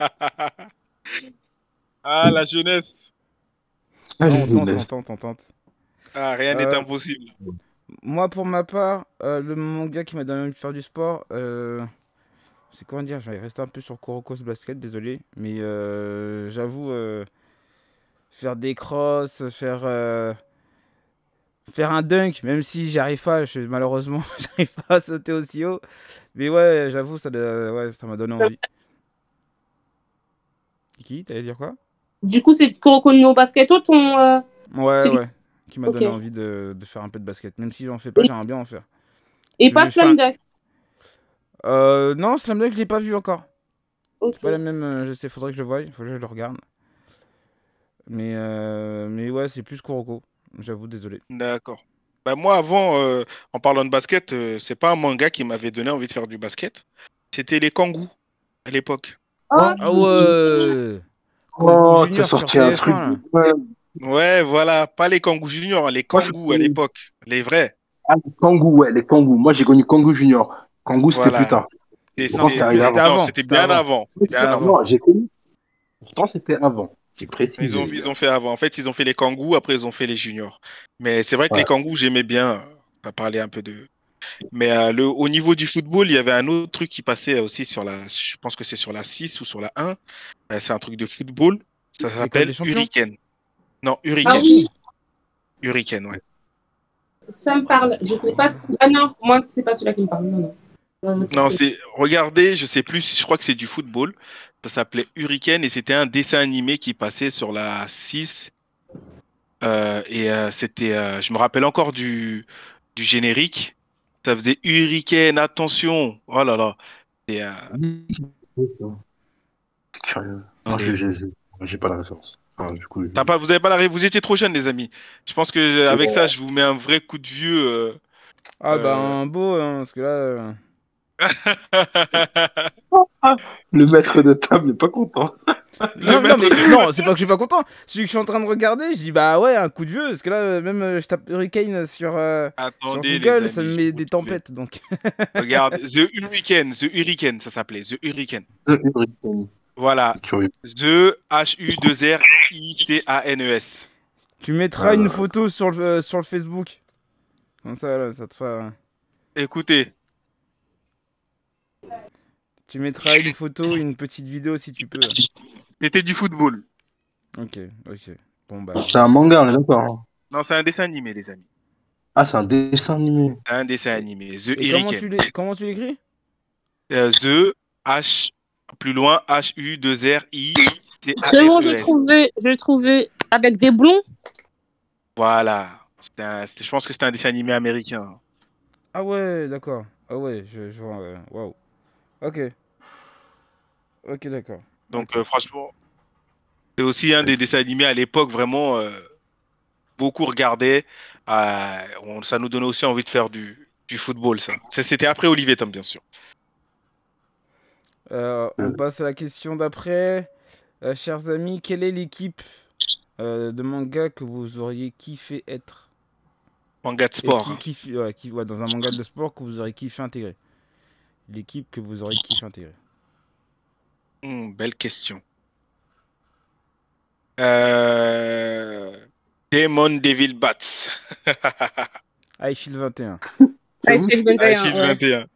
ah, la jeunesse. Ah, Ah, je on vous tente, on laisse. tente, on tente. Ah, rien n'est Euh, impossible. Moi, pour ma part, le manga qui m'a donné envie de faire du sport, c'est comment dire, je vais rester un peu sur Kuroko's Basket, désolé, mais j'avoue, faire des crosses, faire un dunk, même si j'y arrive pas, malheureusement, j'arrive pas à sauter aussi haut, mais ouais, j'avoue, ouais, ça m'a donné envie. Kiki, t'allais dire quoi? Du coup, c'est Kuroko no Basketo, ton. Ouais, Celui- ouais, qui m'a Ok. donné envie de faire un peu de basket, même si j'en fais pas, Et, j'aimerais bien en faire. et pas Je fais Slam Dunk. Non, Slam Dunk, je l'ai pas vu encore. C'est pas la Ok. même, je sais, faudrait que je le voie, faut que je le regarde. Mais ouais, c'est plus Kuroko. J'avoue, désolé. D'accord. Bah, moi, avant, en parlant de basket, c'est pas un manga qui m'avait donné envie de faire du basket. C'était les Kangoo à l'époque. Ah, Ah ouais, Kangoo Oh, t'as Junior sur sorti un truc. TF1 là. Ouais. Ouais, voilà, pas les Kangoo Junior, les Moi, Kangoo à c'était l'époque, les vrais. les Kangoo, ouais, les Kangoo. Moi, j'ai connu Kangoo Junior. Kangoo, c'était plus Voilà. tard. Je Non, pense que c'est c'était plus, arrivé c'était avant. Non, avant, c'était c'était bien avant, avant, Oui, c'était bien avant. avant. non, j'ai connu. Je pense que c'était avant. J'ai Ils précisé, ont, les ils gars. ont fait avant. En fait, ils ont fait les Kangoo, après ils ont fait les juniors. Mais c'est vrai que les Ouais. Kangoo, j'aimais bien. Ça parlait un peu de. Mais au niveau du football, il y avait un autre truc qui passait aussi sur la. Je pense que c'est sur la 6 ou sur la 1. C'est un truc de football. Ça L'école s'appelle des champions. Hurricane. Non, Ah Hurricane. oui, Hurricane, ouais. ça me Ah, ça me parle. dit Je quoi? sais pas. Ah non, moi, c'est pas celui-là qui me parle. Non, non. Non, c'est. Regardez, je sais plus, je crois que c'est du football. Ça s'appelait Hurricane et c'était un dessin animé qui passait sur la 6. C'était. Je me rappelle encore du générique. Ça faisait Hurricane, attention. Oh là là. Et, Oui, curieux. Non, attendez. j'ai pas la référence. Enfin, du coup, Vous avez pas la vous étiez trop jeunes, les amis. Je pense que avec ça, je vous mets un vrai coup de vieux. Ah Euh, ben beau, hein, parce que là. le maître de table n'est pas content. Le Non, mais maître de. non, c'est pas que je suis pas content. C'est que je suis en train de regarder, je dis bah ouais, un coup de vieux, parce que là, même je tape Hurricane sur Attendez, les Google, ça amis, me je vais met vous des trouver. tempêtes, donc. Regarde, The Hurricane, ça s'appelait, The Hurricane. C'est Voilà, curieux. The HuRICANES. Tu mettras une Euh, photo sur le Facebook. Comme ça, là, ça te fera. Écoutez, Tu mettras une photo, une petite vidéo si tu peux. Là. c'était du football. Ok, ok. Bon bah. c'est un manga, on est d'accord, hein. Non, c'est un dessin animé, les amis. Ah, c'est un dessin animé. C'est un dessin Et, animé, The et Hurricane. comment tu l'écris? The H, plus loin, HU2RICANES. C'est bon, je T-A-R-E-S. l'ai trouvé avec des blonds. Voilà. Je pense que c'était un dessin animé américain. Ah ouais, d'accord. Ah ouais, je vois. Waouh. Ok. Ok, d'accord. Donc, Ok. franchement, c'est aussi un des dessins animés à l'époque, vraiment, beaucoup regardaient. Ça nous donnait aussi envie de faire du football, ça. C'était après Olivier Tom, bien sûr. On passe à la question d'après. Chers amis, quelle est l'équipe de manga que vous auriez kiffé être? Manga de Et sport. Hein. ouais, dans un manga de sport que vous auriez kiffé intégrer. L'équipe que vous auriez kiffé intégrer. Belle question. Euh... Demon Devil Bats. Aishil 21. Ah, J'avoue, chez le 21, Shield ouais. 21.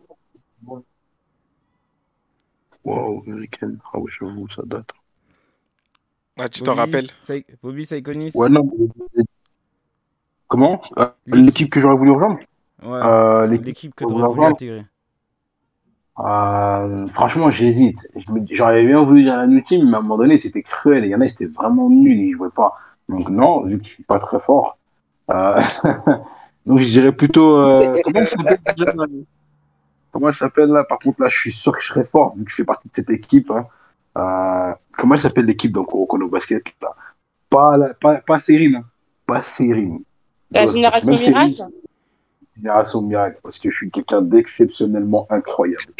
wow, américaine. Ah ouais, j'avoue, ça date. Ah, tu t'en rappelles? Bobby Saikonis. Ouais, non. Comment? L'équipe L'équipe. que j'aurais voulu rejoindre? Ouais. L'équipe L'équipe que que tu j'aurais aurais voulu voulu rejoindre? intégrer. Franchement, j'hésite. J'aurais bien voulu dire la New Team, mais à un moment donné, c'était cruel. Il y en a, c'était vraiment nul, ils jouaient pas. Donc non, vu que je suis pas très fort. Euh, donc je dirais plutôt. Comment ça s'appelle déjà, là comment elle s'appelle là? Par contre, là, je suis sûr que je serais fort, vu que je fais partie de cette équipe. Hein. Comment elle s'appelle l'équipe dans Kuroko no Basket là? Pas Serine. Hein. Pas Serine. La L'autre, parce que génération même Serine, Miracle. Génération Miracle, parce que je suis quelqu'un d'exceptionnellement incroyable.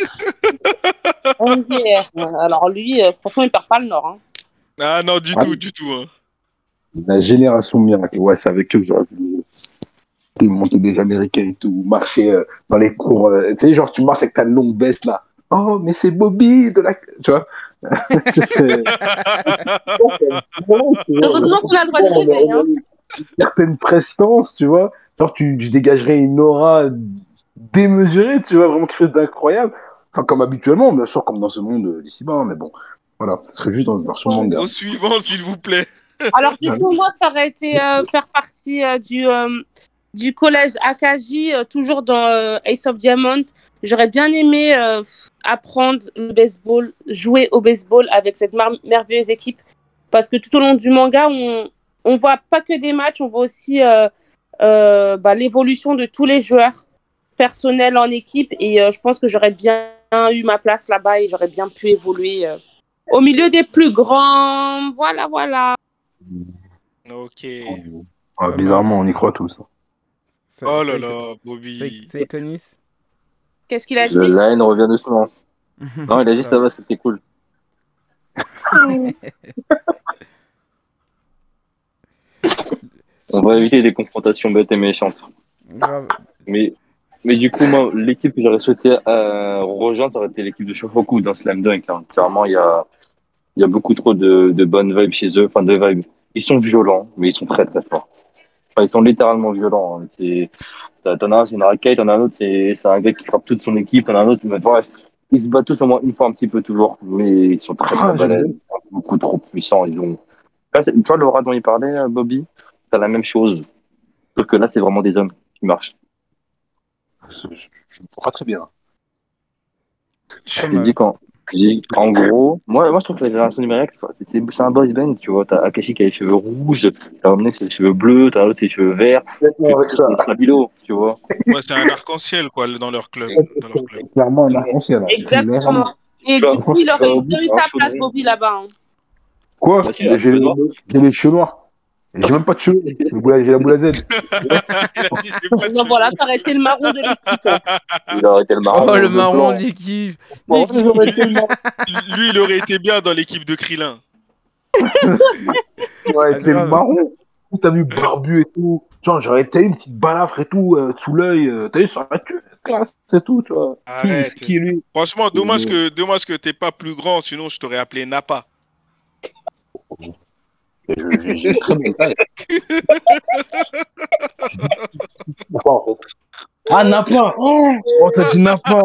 MDR. Alors lui, franchement, il perd pas le nord. Hein. Ah non, du Ah, tout, du tout. Hein. la Génération Miracle, ouais, c'est avec eux que j'aurais voulu jouer. Ils monter des Américains et tout, marcher dans les cours. Tu sais, genre, tu marches avec ta longue veste là. Oh, mais c'est Bobby de la. Tu vois? C'est- Vraiment, tu vois, Heureusement qu'on a le droit de rêver. on a Hein. une certaine prestance, tu vois. Genre, tu dégagerais une aura démesurée, tu vois, vraiment quelque chose d'incroyable. Enfin, comme habituellement, bien sûr, comme dans ce monde d'ici-bas, hein, mais bon, voilà, ce serait juste dans une version manga. Au suivant, s'il vous plaît. Alors du coup, moi, ça aurait été faire partie du collège Akagi, toujours dans Ace of Diamond. J'aurais bien aimé apprendre le baseball, jouer au baseball avec cette merveilleuse équipe. Parce que tout au long du manga, on voit pas que des matchs, on voit aussi l'évolution de tous les joueurs personnels en équipe. Et je pense que j'aurais bien eu ma place là-bas et j'aurais bien pu évoluer au milieu des plus grands. Voilà, voilà. Ok. Ouais, Pas mal. bizarrement, on y croit tous. Oh là là, Bobby. Saikonis. Qu'est-ce qu'il a dit? La haine revient doucement. Non, il a dit ça va, c'était cool. On va éviter des confrontations bêtes et méchantes. Grave. Mais, mais du coup, moi, l'équipe que j'aurais souhaité rejoindre, ça aurait été l'équipe de Shohoku dans Slam Dunk. Hein. Clairement, il y a beaucoup trop de bonnes vibes chez eux. Enfin, de vibes. Ils sont violents, mais ils sont très très forts. Enfin, ils sont littéralement violents. Hein. T'en as un, c'est une raquette, t'en as un autre, c'est un gars qui frappe toute son équipe, t'en as un autre, mais bref, ils se battent tous au moins une fois un petit peu toujours, mais ils sont très très Ah, j'aime balèzes, bien. beaucoup trop puissants. Là, tu vois, l'aura dont il parlait, Bobby, c'est la même chose. Sauf que là, c'est vraiment des hommes qui marchent. Je crois très bien. Pas J'ai dit mal. quand, j'ai dit, en gros, moi, je trouve que la génération numérique, c'est un boys band, tu vois. T'as Akashi qui a les cheveux rouges, t'as Omne, c'est les cheveux bleus, t'as l'autre, c'est les cheveux verts, puis Complètement avec ça. c'est Stabilo, tu vois. Ouais, c'est un arc-en-ciel, quoi, dans leur club. Dans leur club. C'est clairement un arc-en-ciel. Hein. Exactement. Et Tu vois, du coup, il aurait bien eu un sa place, chaudron. Bobby, là-bas. Hein. Quoi? Moi, si j'ai un cheveu noir, J'ai les cheveux noirs. Et j'ai même pas de cheveux. J'ai la boule à Z. Il a dit, j'ai pas de Donc voilà, cheveux. ça aurait été le marron de l'équipe. Hein. il aurait été le Ah, Oh, marron. le le marron, blanc. l'équipe. Bon, L'équipe. j'aurais été le marron. Lui, il aurait été bien dans l'équipe de Krillin. J'aurais Ah, été le grave. marron. T'as vu barbu et tout. Genre, j'aurais été une petite balafre et tout, sous l'œil. T'as vu, ça aurait pu être classe, c'est tout, tu vois. Qui, c'est Arrête. qui lui? Franchement, Euh, dommage que t'es pas plus grand, sinon je t'aurais appelé Nappa. J'ai une très bonne taille. Napa, en fait. Ah, Napa! Oh, t'as dit Napa!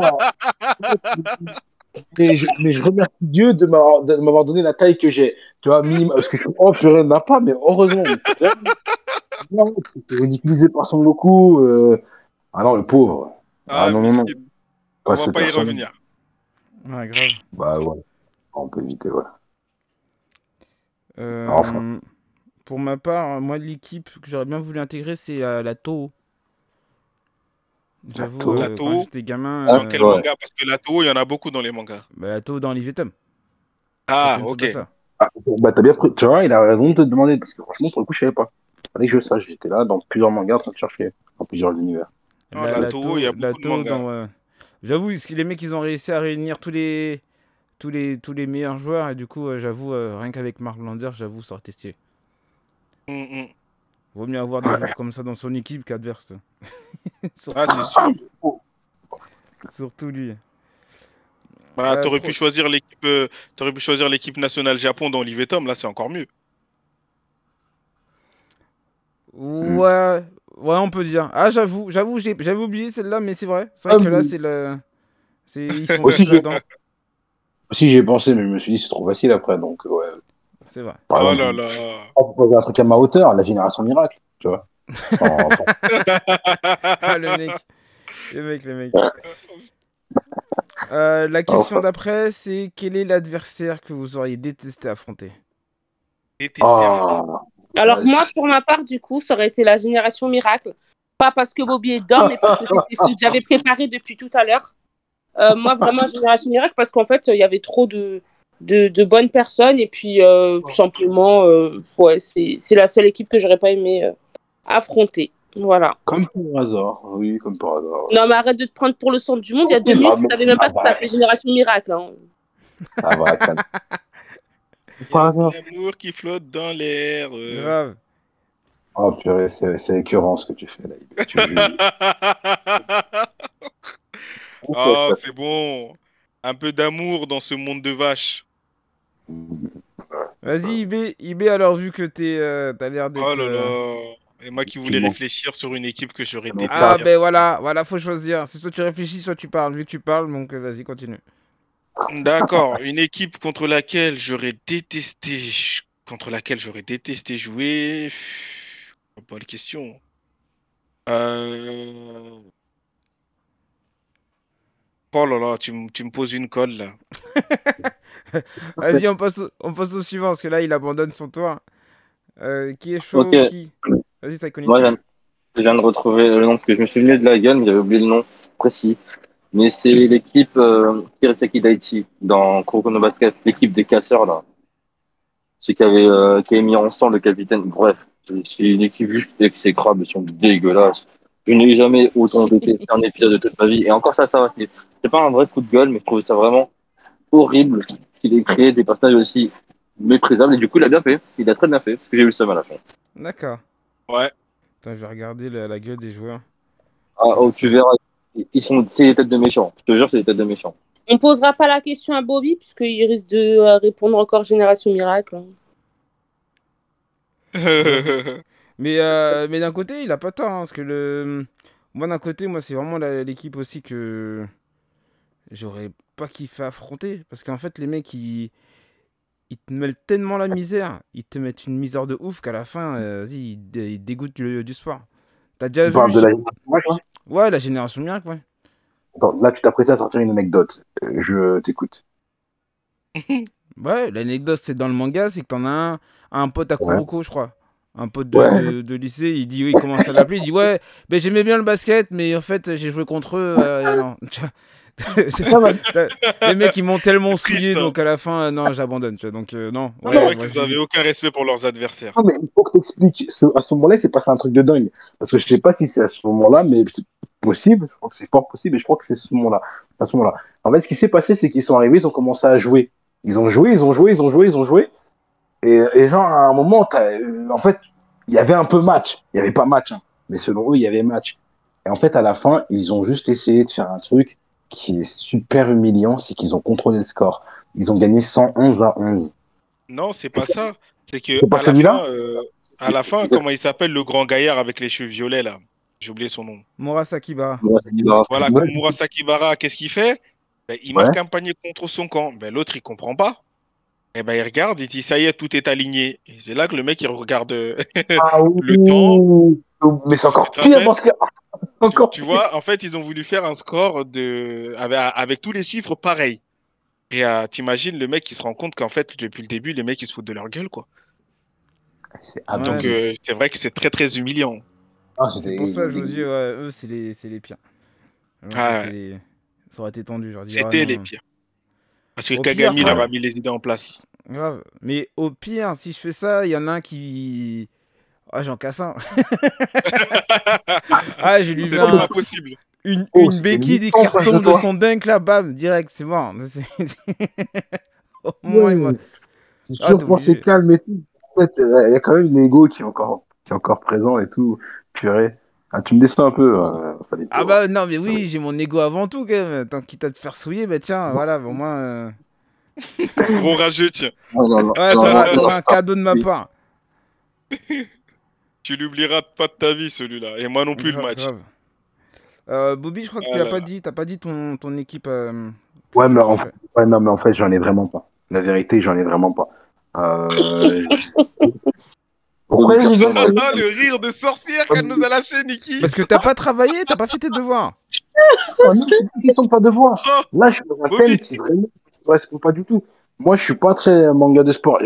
Mais je remercie Dieu de m'avoir donné la taille que j'ai. Tu vois, minimum, parce que je suis oh, purée, Napa, mais heureusement. Non, c'était ridiculisé par Son Goku. Ah non, le pauvre. Ah Ah, non, non, non. miskin. Pas On va ces pas y personnes. revenir. Ouais, grave. Bah ouais, on peut éviter, voilà. Enfin, Euh, pour ma part, moi, l'équipe que j'aurais bien voulu intégrer, c'est la Toho. J'avoue, Toho. La quand Toho, j'étais gamin, dans quel Ouais. manga? Parce que la Toho, il y en a beaucoup dans les mangas. bah, la Toho dans Livetom, Ah, Captain ok. Tsubasa. Ah, bah, t'as bien pris. Tu vois, il a raison de te demander, parce que franchement, pour le coup, je savais pas. Fallait que je sache. J'étais là dans plusieurs mangas en train de chercher dans plusieurs univers. Non, La, la la Toho, il y a Toho, la beaucoup de Toho mangas. dans. J'avoue, les mecs, ils ont réussi à réunir tous les meilleurs joueurs, et du coup, j'avoue, rien qu'avec Mark Lander, j'avoue, ça aurait été stylé. Hum, hum. Vaut mieux avoir des joueurs comme ça dans son équipe qu'adverse. Ah, surtout, c'est sûr. surtout lui. Bah, Euh, pro- t'aurais pu choisir l'équipe nationale Japon dans l'Ivetom, là, c'est encore mieux. Hmm. Ouais, ouais, on peut dire. Ah, j'avoue, j'avais oublié celle-là, mais c'est vrai. C'est vrai Ah, que là, ils sont aussi, tous là-dedans. j'y ai pensé, mais je me suis dit, c'est trop facile après. Donc, ouais. C'est vrai. Par Oh exemple, là là. on peut poser un truc à ma hauteur, la génération miracle, tu vois. Sans- Ah, le mec. Le mec. La question Enfin. d'après, c'est quel est l'adversaire que vous auriez détesté affronter? Détesté affronter. Ah, Alors vas-y. moi, pour ma part, du coup, ça aurait été la génération miracle. Pas parce que Bobby est dedans, mais parce que c'était ce que j'avais préparé depuis tout à l'heure. Moi, vraiment, génération miracle, parce qu'en fait, il y avait trop de bonnes personnes. Et puis, tout simplement, ouais, c'est la seule équipe que j'aurais pas aimé affronter. Voilà. Comme par hasard, oui, comme par hasard. Ouais. Non, mais arrête de te prendre pour le centre du monde. Il y a Ok, 2 minutes, bah, tu savais même ça pas que ça va, s'appelait génération miracle. Hein. ça va, calme. Il y Par a de hasard. l'amour qui flotte dans l'air. Grave. Oh purée, c'est écœurant ce que tu fais là. Ah, c'est bon. Un peu d'amour dans ce monde de vaches. C'est ça. Vas-y, IB, alors, vu que t'as l'air Oh d'être. là là. Et moi qui Tu voulais manques réfléchir sur une équipe que j'aurais de Ah, détesté classe. ben affronter. voilà, faut choisir. C'est soit tu réfléchis, soit tu parles. Vu que tu parles, donc vas-y, continue. D'accord, une équipe contre laquelle j'aurais détesté jouer. Bonne question. Euh... Oh là là, tu me poses une colle là. Vas-y, on passe au suivant, parce que là, il abandonne son tour. Qui est Ok, chaud, qui. Vas-y, ça moi connaissait. je viens de retrouver le nom parce que je me suis venu de la gueule, mais j'avais oublié le nom précis. Mais c'est l'équipe Hirosaki Daiichi dans Kuroko no Basket, l'équipe des casseurs là. Ceux qui avait mis en sang le capitaine. Bref, c'est une équipe juste exécrable, ils sont dégueulasses. Je n'ai jamais autant détesté un épisode de toute ma vie. Et encore ça va. C'est pas un vrai coup de gueule, mais je trouve ça vraiment horrible qu'il ait créé des personnages aussi méprisables. Et du coup, il a bien fait. Il a très bien fait, parce que j'ai eu le seum à la fin. D'accord. Ouais. Attends, je vais regarder la gueule des joueurs. Ah, Comment oh, ça tu va être. verras, c'est des têtes de méchants. Je te jure, c'est des têtes de méchants. On posera pas la question à Bobby, puisqu'il risque de répondre encore génération miracle. Hein. J'avoue. Mais d'un côté, il a pas tort, hein, parce que moi, d'un côté, moi, c'est vraiment l'équipe aussi que j'aurais pas kiffé affronter. Parce qu'en fait, les mecs, ils te mettent tellement la misère, ils te mettent une misère de ouf qu'à la fin, vas-y, ils dégoûtent du sport. T'as déjà Tu vu. parles de la génération, hein. Ouais, la génération miracle, ouais. Attends, là, tu t'apprêtes à sortir une anecdote. Je t'écoute. Ouais, l'anecdote, c'est dans le manga, c'est que t'en as un pote à Ouais. Kuroko, je crois. Un pote de, Ouais. de, de lycée, il dit, oui, il commence à l'appeler, il dit, ouais, ben j'aimais bien le basket, mais en fait, j'ai joué contre eux, non. Ah, bah, Les mecs, ils m'ont tellement C'est souillé, triste, hein. donc à la fin, non, j'abandonne, tu vois. Donc, non, non, C'est non, ouais, vrai moi, qu'ils avaient j'évite. aucun respect pour leurs adversaires. non, mais il faut que t'expliques. À ce moment-là, c'est passé un truc de dingue. Parce que je sais pas si c'est à ce moment-là, mais c'est possible. Je crois que c'est fort possible et je crois que c'est ce moment-là. À ce moment-là. En fait, ce qui s'est passé, c'est qu'ils sont arrivés, ils ont commencé à jouer. Ils ont joué, ils ont joué, ils ont joué, ils ont joué. Et genre, à un moment, en fait, il y avait un peu match. Il n'y avait pas match, hein. Mais selon eux, il y avait match. Et en fait, à la fin, ils ont juste essayé de faire un truc qui est super humiliant, c'est qu'ils ont contrôlé le score. Ils ont gagné 111-11. Non, c'est Et pas ça. C'est que c'est pas celui-là? à la fin, comment il s'appelle le grand gaillard avec les cheveux violets là? J'ai oublié son nom. Murasaki Bara. Ouais, c'est grave. Voilà, Ouais. Murasaki Bara, qu'est-ce qu'il fait? Ben, il Ouais. marque un panier contre son camp. Ben, l'autre, il comprend pas. Eh ben, il regarde, il dit, ça y est, tout est aligné. Et c'est là que le mec, il regarde Ah le temps. oui! Mais c'est Tu encore te pire dans rappelles? ce cas. Tu Encore pire. vois, en fait, ils ont voulu faire un score avec tous les chiffres pareils. Et t'imagines le mec qui se rend compte qu'en fait, depuis le début, les mecs, ils se foutent de leur gueule, quoi. C'est Ouais, Donc, abusé. c'est vrai que c'est très, très humiliant. Ah, c'est pour ça que je vous dis, c'était. ouais, eux, c'est les pires. Je pense que Ah, ouais, ça aurait été tendu. Je leur dis, ah c'était les non. pires. Parce que Au pire, Kagami leur Ouais. a mis les idées en place. grave. Mais au pire, si je fais ça, il y en a un qui. Ah, j'en casse un. Ah, je lui mets C'était pas possible. Oh, une c'était béquille méchant qui en face de retombe de toi. son dunk là, bam, direct, c'est mort. Au moins, il m'a. Ouais. C'est Ah, t'es sûr quand c'est obligé. calme et tout. En fait, il y a quand même l'ego qui est encore présent et tout. Purée. Ah, tu me déçois un peu, fallait Ah pas. bah non, mais oui, j'ai mon ego avant tout quand même. Tant quitte à te faire souiller, bah tiens, voilà, au moins. Gros rageux, tiens. Non, non, non, Ouais, non, non, non, t'auras un cadeau de ma oui. part. Tu l'oublieras pas de ta vie, celui-là. Et moi non plus, le Grave, match. grave. Bobby, je crois que tu Ah l'as là pas là. dit. T'as pas dit ton équipe que Ouais, tu mais kiffais. ouais, non, mais en fait, j'en ai vraiment pas. La vérité, j'en ai vraiment pas. Euh, Pourquoi il rigole, Ah, celui-là? ah, le rire de sorcière qu'elle nous a lâché, Niki. Parce que t'as pas travaillé, t'as pas fait tes devoirs. Oh non, c'est pas une question de pas de voir. Oh, Là, je suis dans un thème Bobby. qui vraiment ne correspond pas du tout. Moi, je suis pas très manga de sport.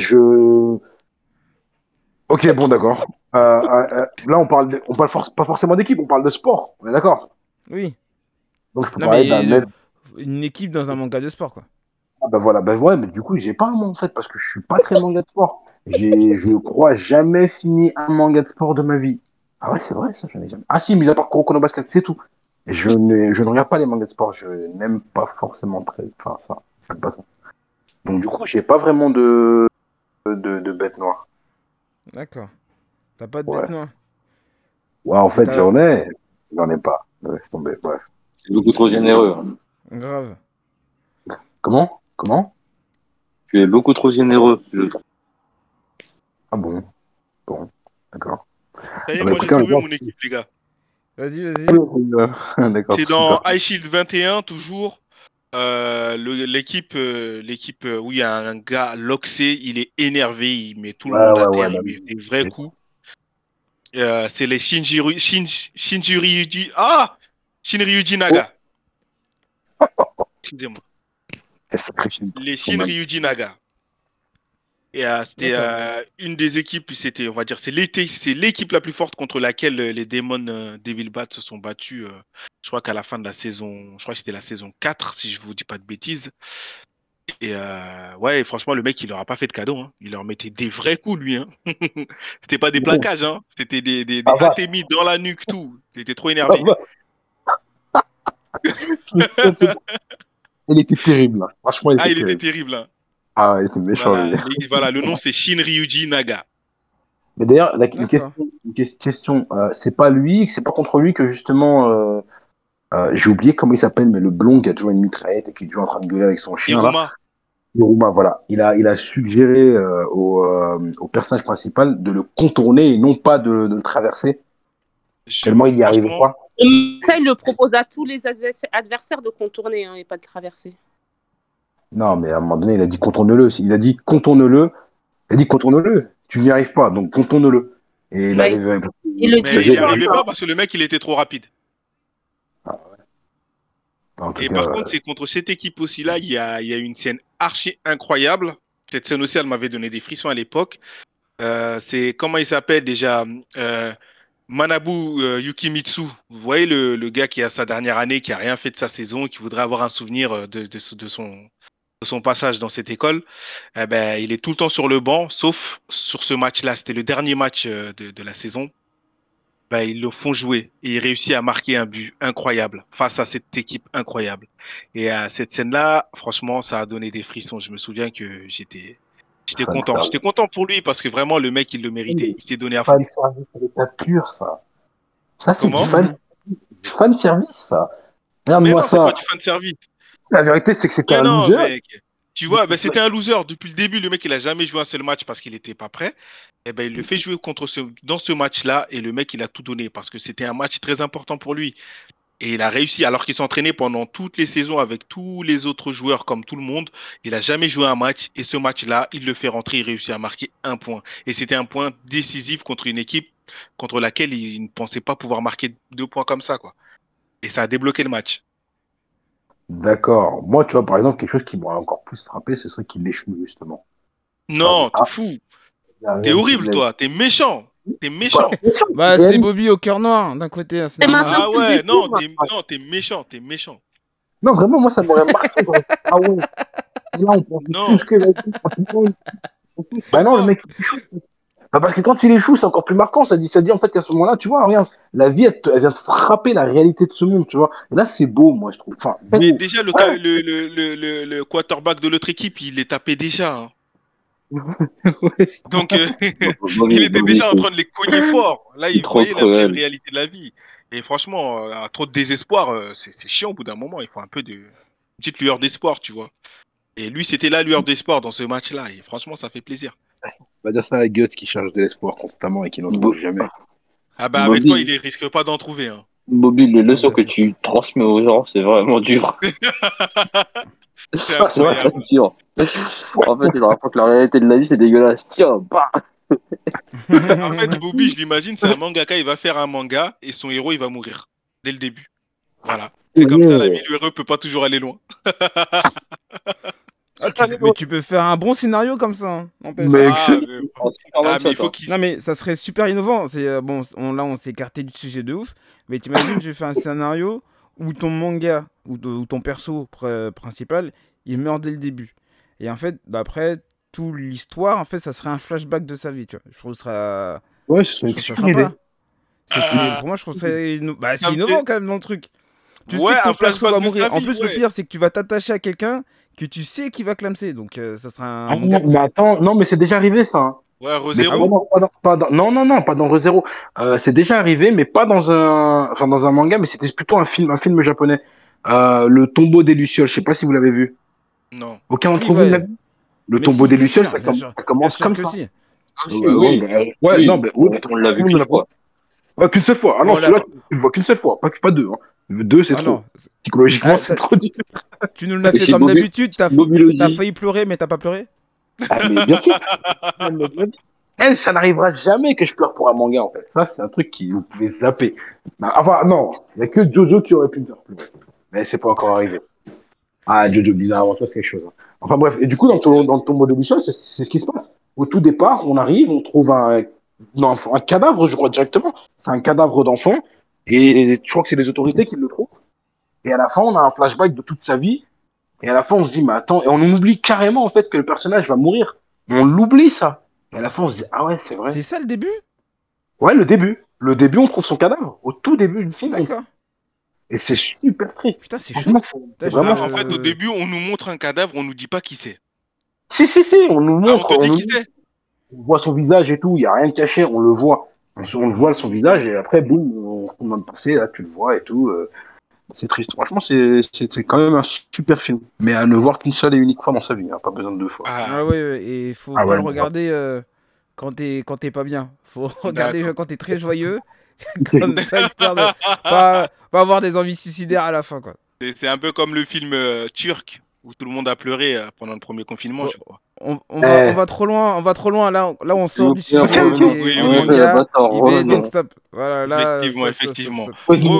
Ok, bon, d'accord. Là, on parle pas forcément d'équipe, on parle de sport. On est d'accord. Oui. Donc, je peux Non, parler mais d'un aide. une équipe dans un manga de sport, quoi. Ah, bah voilà, bah ouais, mais du coup, j'ai pas un manga en fait, parce que je suis pas très manga de sport. Je crois jamais fini un manga de sport de ma vie. Ah ouais, c'est vrai, ça, j'en ai jamais. Ah si, mis à part Kuroko no Basket, c'est tout. Je ne regarde pas les mangas de sport, je n'aime pas forcément très. Enfin, ça, j'aime pas ça. Donc, du coup, j'ai pas vraiment de bête noire. D'accord. T'as pas de bête Ouais. noire. Ouais, en Mais fait, t'as. j'en ai pas. Laisse tomber, bref. C'est beaucoup trop généreux, hein. Grave. Comment? Comment? Tu es beaucoup trop généreux, je trouve. Ah bon? Bon, d'accord. Ça y Ah est, bah moi j'ai écoutez, trouvé maintenant. mon équipe, les gars. Vas-y, vas-y. D'accord, C'est dans super. High Shield 21, toujours. L'équipe où il y a un gars, Loxé, il est énervé, il met tout le Ouais, monde à ouais, ouais. terre, Bah, il met des vrais j'ai- coups. C'est les Shinji Shinryuji Oh, Naga. Excusez-moi. elle sacrifie Les son âme. Shinryuji Naga. Et c'était D'accord. une des équipes, c'était, on va dire, c'est l'équipe la plus forte contre laquelle les Demon Devil Bats se sont battus. Je crois qu'à la fin de la saison, je crois que c'était la saison 4 si je vous dis pas de bêtises. Et ouais, franchement, le mec, il leur a pas fait de cadeau, hein. Il leur mettait des vrais coups, lui, hein. C'était pas des Oh, plaquages, hein. C'était des ça va, atémis dans la nuque, tout. Il était trop ça énervé. va. Il était terrible, là. Franchement, il Ah, était il était terrible. terrible, hein. Ah, il était méchant, lui. Voilà, voilà, le nom c'est Shinryuji Naga. Mais d'ailleurs, D'accord. question, c'est pas lui, c'est pas contre lui que justement, j'ai oublié comment il s'appelle, mais le blond qui a toujours une mitraillette et qui est toujours en train de gueuler avec son chien, là. Iruma. Yoruma, voilà. Il a suggéré au personnage principal de le contourner et non pas de le traverser, tellement il n'y arrivait Franchement, pas. Ça, il le propose à tous les adversaires de contourner, hein, et pas de traverser. Non, mais à un moment donné, il a dit contourne-le. Il a dit contourne-le. Il a dit contourne-le. Tu n'y arrives pas, donc contourne-le. Et il Bah, arrive. il le dit mais il Il n'y souvent, arrivait arrive. ça. pas parce que le mec, il était trop rapide. En tout Et cas, par contre, c'est contre cette équipe aussi-là, il y a une scène archi incroyable. Cette scène aussi, elle m'avait donné des frissons à l'époque. C'est comment il s'appelle déjà Manabu Yukimitsu. Vous voyez le gars qui a sa dernière année, qui a rien fait de sa saison, qui voudrait avoir un souvenir de son passage dans cette école. Eh ben, il est tout le temps sur le banc, sauf sur ce match-là. C'était le dernier match de la saison. Ben, ils le font jouer et il réussit à marquer un but incroyable face à cette équipe incroyable. Et à cette scène-là, franchement, ça a donné des frissons. Je me souviens que j'étais fan content. service. J'étais content pour lui parce que vraiment, le mec, il le méritait. Il s'est donné à fond. Fan service à l'état pur, ça. Ça, c'est Comment? du fan service, ça. Mais Regarde-moi non, c'est pas ça. du fan service. La vérité, c'est que c'était Mais un non, loser. mec. Tu vois, ben, c'était un loser. Depuis le début, le mec, il a jamais joué un seul match parce qu'il n'était pas prêt. Et ben, il le fait jouer dans ce match-là et le mec, il a tout donné parce que c'était un match très important pour lui. Et il a réussi, alors qu'il s'entraînait pendant toutes les saisons avec tous les autres joueurs, comme tout le monde. Il n'a jamais joué un match. Et ce match-là, il le fait rentrer. Il réussit à marquer un point. Et c'était un point décisif contre une équipe contre laquelle il ne pensait pas pouvoir marquer 2 points comme ça, quoi. Et ça a débloqué le match. D'accord. Moi, tu vois, par exemple, quelque chose qui m'aurait encore plus frappé, ce serait qu'il l'échoue, justement. J'aurais dit, Non, t'es ah, fou. Il y a T'es rien qui horrible, me toi. T'es méchant. T'es méchant. Bah, c'est Bobby au cœur noir, d'un côté, hein, c'est Et normal. maintenant, Ah tu ouais, non, découvres. t'es méchant. T'es méchant. Non, vraiment, moi, ça m'aurait marqué. J'aurais dit, ah ouais, là, on pensait tous Non. que vas-y, pratiquement, bah non, le Pourquoi? mec, il échoue. Bah, parce que quand il échoue, c'est encore plus marquant. Ça dit en fait qu'à ce moment-là, tu vois, regarde, la vie, elle vient te frapper la réalité de ce monde, tu vois. Et là, c'est beau, moi, je trouve. Enfin, Mais beau. déjà, Ouais. le quarterback de l'autre équipe, il est tapé déjà, hein. Ouais. Donc, il Bobby, était Bobby, déjà en train de les cogner fort. Là, c'est il trop voyait la vraie cruel. réalité de la vie. Et franchement, trop de désespoir, c'est chiant au bout d'un moment. Il faut un peu de une petite lueur d'espoir, tu vois. Et lui, c'était la lueur d'espoir dans ce match-là. Et franchement, ça fait plaisir. On va dire ça à Guts qui cherche de l'espoir constamment et qui n'en trouve Bo- jamais. Ah bah, avec toi, il Bobby, ne risque pas d'en trouver, hein. Bobby, les Ouais, leçons bah, que c'est sûr. tu transmets aux gens, c'est vraiment dur. C'est Ah, c'est vrai, incroyable. c'est dur. En fait, il raconte la réalité de la vie, c'est dégueulasse. Tiens, bah. En fait, Bobby, je l'imagine, c'est un mangaka. Il va faire un manga et son héros, il va mourir dès le début. Voilà. C'est comme ça, la vie, Ouais. le héros peut pas toujours aller loin. Ah, mais tu peux faire un bon scénario comme ça, hein, n'empêche. Mais Ah, excellent. Un super ah, mais one-shot, il faut hein. qu'il. Non, mais ça serait super innovant. C'est bon, là, on s'est écarté du sujet de ouf. Mais t'imagines, je fais un scénario où ton manga, ou ton perso principal, il meurt dès le début. Et en fait, bah, après, toute l'histoire, en fait, ça serait un flashback de sa vie, tu vois. Je trouve ça, Ouais, ce serait je une trouve ça super idée. sympa. Ah, Pour moi, je trouve ça, bah, ça c'est me innovant fait. quand même dans le truc. Tu sais Ouais, que ton un perso va flashback de sa mourir. En vie, plus, le ouais. pire, c'est que tu vas t'attacher à quelqu'un que tu sais qui va clamser. Donc, ça sera un Ah, manga mais ouf. attends, non, mais c'est déjà arrivé ça, hein. Ouais, Mais Ah pas bon? ReZero. dans, non, non, non, pas dans ReZero. C'est déjà arrivé, mais pas dans un manga, mais c'était plutôt un film japonais. Le tombeau des Lucioles, je sais pas si vous l'avez vu. Non. Aucun Si, d'entre vous ne l'a ouais. vu? Le Mais tombeau si, des Lucioles, ça bien commence sûr comme que ça. si. Ah, si, Ouais, oui. ouais, non, Oui, mais oui, mais on l'a tout vu le monde ne qu'une l'a pas vu. fois. Ouais, qu'une seule fois. Ah non, On l'a. celui-là, tu le vois qu'une seule fois, pas deux, hein. Deux, c'est Ah trop. non. Psychologiquement, Ah, c'est trop dur. tu nous l'as Et fait c'est comme Bobby, d'habitude. Bobby le T'as dit. failli pleurer, mais t'as pas pleuré? Ah, mais bien sûr. Mais bien sûr. Elle, ça n'arrivera jamais que je pleure pour un manga, en fait. Ça, c'est un truc qui vous pouvez zapper. Bah, enfin, non, il n'y a que Jojo qui aurait pu me faire pleurer. Mais c'est pas encore arrivé. Ah, Jojo Bizarre Adventure, c'est quelque chose, hein. Enfin bref, et du coup, Et, dans ton mode d'émission, c'est ce qui se passe. Au tout départ, on arrive, on trouve non, un cadavre, je crois directement. C'est un cadavre d'enfant. Et je crois que c'est les autorités qui le trouvent. Et à la fin, on a un flashback de toute sa vie. Et à la fin, on se dit, mais attends, et on oublie carrément en fait que le personnage va mourir. On l'oublie ça. Et à la fin, on se dit, ah ouais, c'est vrai. c'est ça le début? Ouais, le début. Le début, on trouve son cadavre. Au tout début du film, D'accord. et c'est super triste. Putain, c'est chaud. Franchement, Putain, c'est vraiment. Ah, en fait, au début, on nous montre un cadavre, on nous dit pas qui c'est. Si, si, si, on nous Ah, on montre, te dit qui c'est? on voit son visage et tout, il n'y a rien de caché, on le voit. On le voit son visage et après, boum, on va me passer, là, tu le vois et tout. C'est triste. Franchement, c'est quand même un super film. Mais à ne voir qu'une seule et unique fois dans sa vie, hein, pas besoin de deux fois. Ah, Ah ouais, ouais, et faut Ah pas ouais, le non, regarder quand t'es pas bien. Faut regarder d'accord. quand t'es très joyeux. Comme ça, histoire de pas avoir des envies suicidaires à la fin, quoi. C'est un peu comme le film turc où tout le monde a pleuré pendant le premier confinement, Bon, je crois. on va trop loin, on va trop loin. Là, on S'il sort vous du plaît, sujet revenons. Oui, des oui, oui. mangas. Bâtard, IB, donc revenons. stop. Voilà, là, Effectivement, stop, stop, stop, effectivement. stop. vas-y,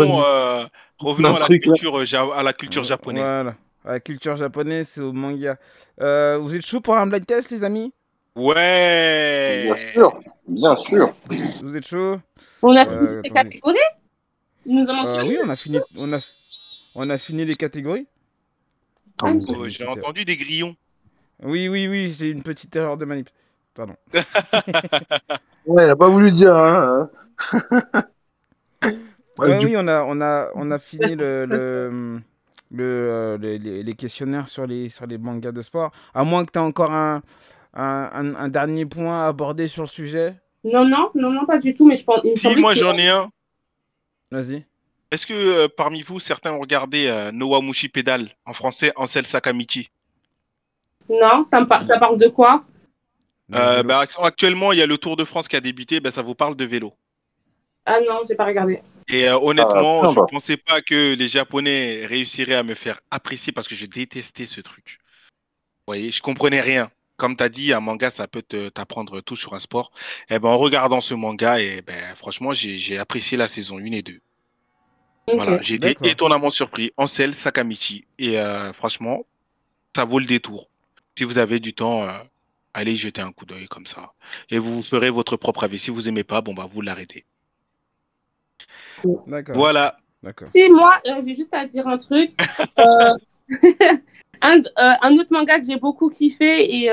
Revenons un à la truc là. culture, à la culture japonaise. Voilà. À la culture japonaise, c'est au manga. Vous êtes chaud pour un blind test, les amis? Bien Ouais. sûr, bien sûr. Vous êtes chaud? On a fini les Attendez. catégories? Il nous en manque Oui, on a fini les catégories. Attends, J'ai vous Oh, une j'ai petite erreur. entendu des grillons. Oui, oui, oui, j'ai une petite erreur de manip. Pardon. Ouais, elle a pas voulu dire, hein. Ouais, Ouais, du oui, on a fini les questionnaires sur les mangas de sport. À moins que tu aies encore un dernier point à aborder sur le sujet. Non, non, non, non, pas du tout, mais je pense, il me Si, semblait moi que... j'en ai un. Vas-y. Est-ce que parmi vous, certains ont regardé Nowamushi Pedal, en français Ansel Sakamichi? Non, ça parle de quoi? De vélo. Actuellement, il y a le Tour de France qui a débuté, ça vous parle de vélo. Ah non, j'ai pas regardé. Et Ah, honnêtement, je sympa. pensais pas que les Japonais réussiraient à me faire apprécier parce que je détestais ce truc. Vous voyez, je comprenais rien. Comme tu as dit, un manga, ça peut t'apprendre tout sur un sport. Et ben, en regardant ce manga, et ben, franchement, j'ai apprécié la saison 1 et 2. Voilà, Ok. j'ai été D'accord. étonnamment surpris. Ansel Sakamichi. Et franchement, ça vaut le détour. Si vous avez du temps Allez y jeter un coup d'œil comme ça. Et vous ferez votre propre avis. Si vous aimez pas, bon bah vous l'arrêtez. D'accord. Voilà. D'accord. Si, moi, j'ai juste à dire un truc. Euh, un autre manga que j'ai beaucoup kiffé et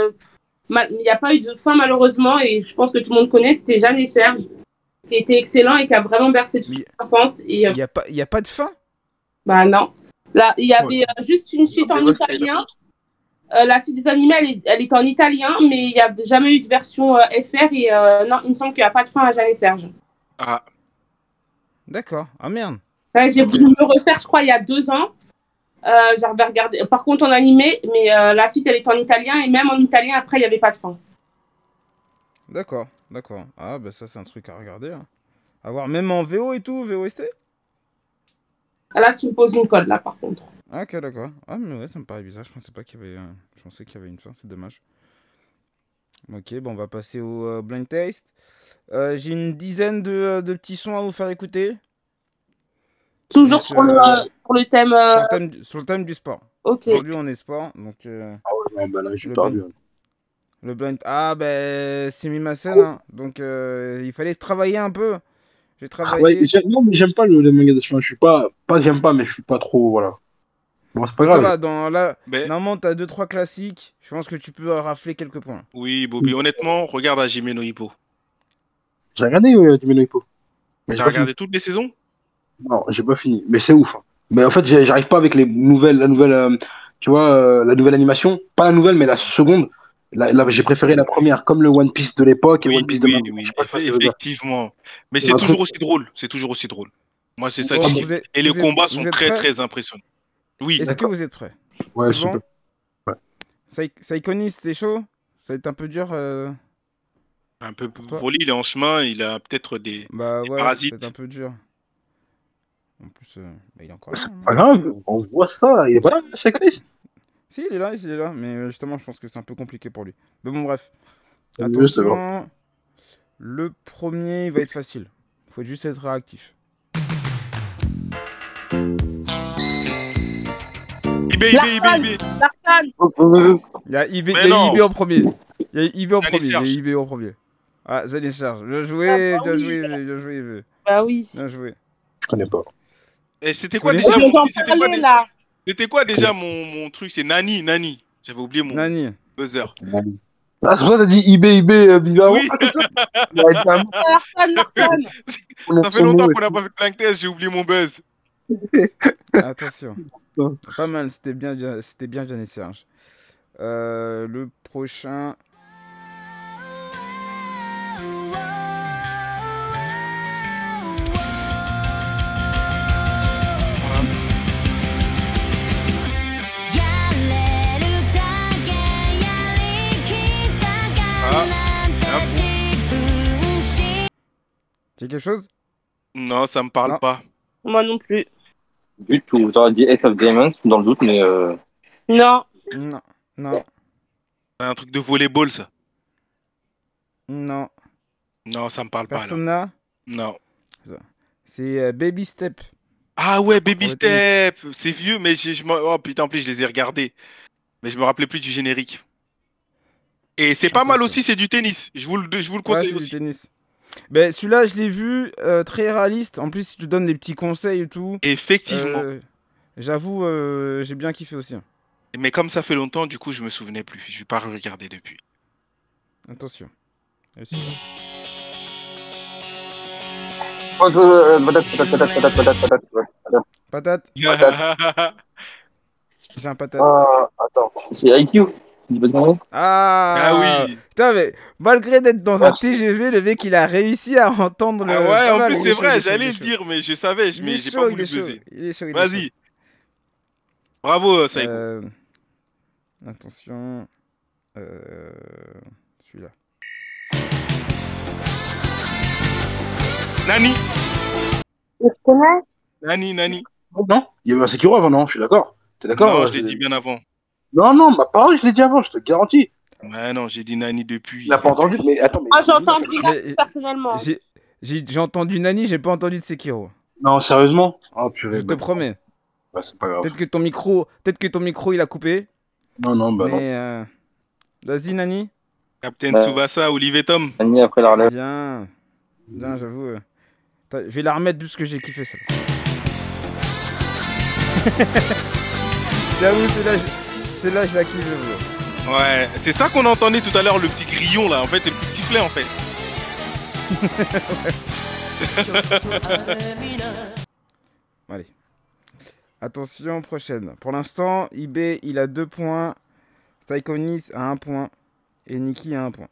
il n'y a pas eu de fin malheureusement et je pense que tout le monde connaît, c'était Jeanne et Serge, qui était excellent et qui a vraiment bercé toute Mais l'enfance. Et il y a pas de fin? bah non. Là, il y Ouais. avait juste une suite en Dévasté, italien. La suite des animés, elle est en italien, mais il n'y a jamais eu de version FR et non, il me semble qu'il n'y a pas de fin à Jeanne et Serge. Ah, D'accord. Ah merde. Ouais, j'ai Ok. voulu me refaire, je crois, il y a 2 ans. J'avais regardé, par contre en animé, mais la suite elle est en italien et même en italien après il n'y avait pas de fin. D'accord. D'accord. Ah bah ça c'est un truc à regarder. Hein. À voir même en VO et tout, VOST? Là tu me poses une colle là par contre. Ah, ok, d'accord. Ah mais ouais, ça me paraît bizarre. Je pensais pas qu'il y avait. Je pensais qu'il y avait une fin. C'est dommage. Ok, bon on va passer au blind taste. J'ai une dizaine de petits sons à vous faire écouter. Toujours Donc, sur le thème. sur le thème du sport. Ok. Aujourd'hui on est sport, donc Ah ouais, non, bah là, j'ai le perdu. blind, le blind. Ah ben c'est mis ma scène, hein. Donc il fallait travailler un peu. J'ai Ah ouais, travaillé. non, mais j'aime pas les mangas d'action. Je suis pas que j'aime pas, mais je suis pas trop, voilà. Bon, c'est pas Mais ça grave. va, dans là, mais normalement t'as 2-3 classiques. Je pense que tu peux rafler quelques points. oui, Bobby, honnêtement, regarde Hajime no Ippo. J'ai regardé Hajime no Ippo, mais j'ai T'as pas fini. regardé toutes les saisons? Non, j'ai pas fini, mais c'est ouf. Hein. Mais en fait, j'arrive pas avec la nouvelle, tu vois, la nouvelle animation. Pas la nouvelle, mais la seconde. J'ai préféré la première, comme le One Piece de l'époque et le Oui, One Piece de oui, maintenant. Je oui, sais pas si tu veux dire. effectivement. Mais Il y c'est a un truc. toujours aussi drôle. C'est toujours aussi drôle. Moi, c'est ça que Bon, je Ah, kiffe. Et les combats sont vous êtes très, prêts? très impressionnants. Oui, Est-ce que d'accord. vous êtes prêts? Ouais, C'est super. bon? Ouais. Psychonis, c'est chaud? Ça va être un peu dur un peu pour toi? pour lui, il est en chemin. Il a peut-être Bah des ouais, ça va être un parasites. peu dur. En plus, bah, il est encore là, C'est hein. pas grave, on voit ça. Il est pas là, c'est connu. Si, il est là, mais justement, je pense que c'est un peu compliqué pour lui. Mais bon, bref. Tant mieux, ça va. Attention, le premier, il va être facile. Faut juste être réactif. IB. Larsan. Il Mais y a non, IB en premier. Il y a IB en Yannis premier. Il y a Serge. IB en premier. Ah, ça décharge. Bien Ah, joué, bah bien oui. joué, bien joué, Bah oui. bien joué. Je connais pas. Et c'était Tu quoi connais déjà pas? Je vais en parler là. c'était quoi Je connais déjà mon truc? C'est Nani. J'avais oublié mon Nani. buzzer. pas. Ah, c'est pour ça que t'as dit IB, bizarrement, Oui, comme ça. Il a dit un Larsan. nom ça de fait son longtemps nom et qu'on n'a pas fait de blind test. J'ai oublié mon buzz. Attention. tout. Pas mal, c'était bien Jeanne et Serge. Le prochain. Ah, j'avoue. J'ai quelque chose? Non, ça me parle Non. pas. Moi non plus. Du tout. J'aurais dit Ace of Diamonds dans le doute, mais Non. Non. Non. C'est un truc de volleyball, ça. Non. Non, ça me parle pas, là. Personne n'a? Non. C'est Baby Step. Ah ouais, Pour Baby le tennis. Step. C'est vieux, mais oh putain, en plus, je les ai regardés. Mais je me rappelais plus du générique. Et c'est pas mal Attention. aussi, c'est du tennis. Je vous le Ouais, conseille c'est du aussi. tennis. Ben, celui-là, je l'ai vu, très réaliste. En plus, il te donne des petits conseils et tout. Effectivement. J'avoue, j'ai bien kiffé aussi. Mais comme ça fait longtemps, du coup, je me souvenais plus. Je vais pas regarder depuis. Attention. Et celui-là. Patate. J'ai un patate. attends, c'est IQ. Tu peux te demander Ah Ah oui. Putain, mais malgré d'être dans un TGV, le mec, il a réussi à entendre Ah le... ouais, Pas en mal, plus, il est c'est chaud, il est vrai, chaud, il j'allais est le chaud. dire, mais je savais, Il mais est j'ai chaud, pas il voulu est chaud. buzzer. Il est chaud, il est chaud. Vas-y. Bravo, Saigo. Attention. Celui-là. Nani. Je connais. Nani. Non, il y avait un Sekiro avant, non, je suis d'accord. T'es d'accord Non, je l'ai dit bien avant. Non, ma parole, je l'ai dit avant, je te garantis. Ouais, non, j'ai dit Nani Il depuis. n'a pas entendu, mais attends, mais. Ah, j'ai entendu là, Mais personnellement. j'ai entendu Nani, j'ai pas entendu de Sekiro. Non, sérieusement? Oh, purée, Je te promets. bah, c'est pas grave. Peut-être que ton micro, il a coupé. Non, bah non. Mais Vas-y, Nani. Captain Ouais. Tsubasa, Olivier Tom. Annie après la relève. Bien. Bien, j'avoue. Attends, je vais la remettre juste que j'ai kiffé ça. J'avoue, celle-là, je la kiffe. J'avoue. Ouais, c'est ça qu'on entendait tout à l'heure, le petit grillon là. En fait, c'est le petit sifflet en fait. Allez. Attention, prochaine. Pour l'instant, IB, il a 2 points. Saikonis a 1 point. Et Nikki a 1 point.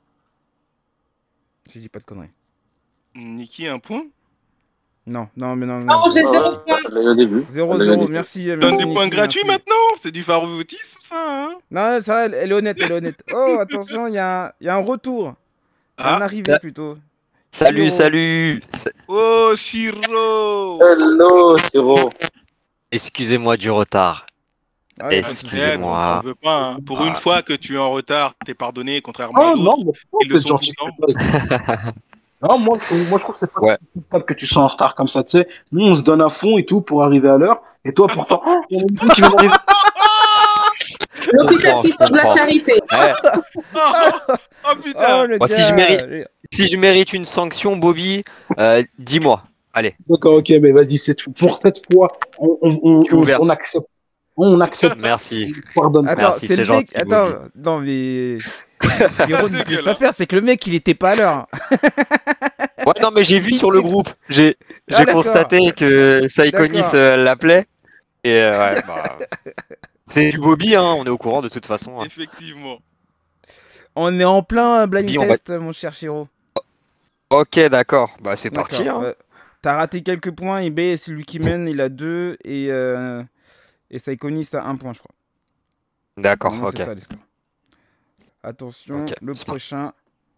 Je dis pas de conneries. Niki, un point. Non, mais non. Non, j'ai Ouais, 0 ouais, point. je l'ai au début. 0-0, merci. Donne Merci des points Nikki, gratuits merci. maintenant. C'est du favoritisme ça. Hein. Non, ça, elle est honnête. Oh, attention, il y a un retour. Un Ah. arrivé plutôt. Salut, Shiro. salut. Oh Shiro. Hello, Siro. Excusez-moi du retard. Ah, y a pas de souci. Excusez-moi. Tu veux pas, hein. Pour une Ah. fois que tu es en retard, t'es pardonné, contrairement à Ah non, d'autres. mais Ils le c'est sont gentil. tout le temps. Non, moi, je trouve que c'est pas Ouais. acceptable que tu sois en retard comme ça, tu sais. Nous, on se donne à fond et tout pour arriver à l'heure. Et toi, pourtant, il y en a une qui vient d'arriver. L'hôpital qui Je fait de la comprends. charité. Eh, Oh putain. Oh, le Moi, gars. si je mérite- si je mérite une sanction, Bobby, dis-moi. Allez, D'accord, ok, mais vas-y, pour cette fois, Je suis ouvert. on accepte. On accepte. merci. On pardonne. Attends, Merci, c'est c'est le mec. gentil, Attends, Bobby. non, mais. Pierrot ne C'est peut que pas là. faire, c'est que le mec, il était pas à l'heure. Ouais, non, mais j'ai vu sur le groupe. J'ai Ah, d'accord. constaté que Saikonis D'accord. l'appelait. Et ouais, bah, c'est du Bobby, hein. On est au courant de toute façon. Hein. Effectivement. On est en plein blind Dis, on va- test, mon cher Chiro. Ok, d'accord. Bah, c'est D'accord. parti. Hein. T'as raté quelques points. IB, c'est lui qui mène, il a 2. Et Saikonis a 1 point, je crois. D'accord, Normalement, ok. c'est ça les scores. Attention, Ok, le c'est prochain.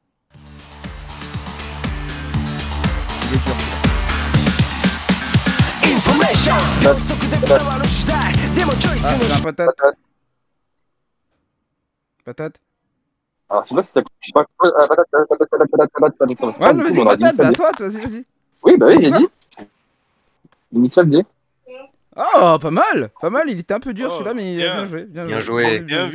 Il est dur. Ah, j'ai un patate. Patate. Alors, je sais pas si ça. Ouais, non, vas-y, patate, bah à toi, vas-y. Oui, bah oui, Vas-y, j'ai quoi dit. Initial D. Oh, pas mal, il était un peu dur Oh, celui-là, mais bien. bien joué. Bien joué. Bien.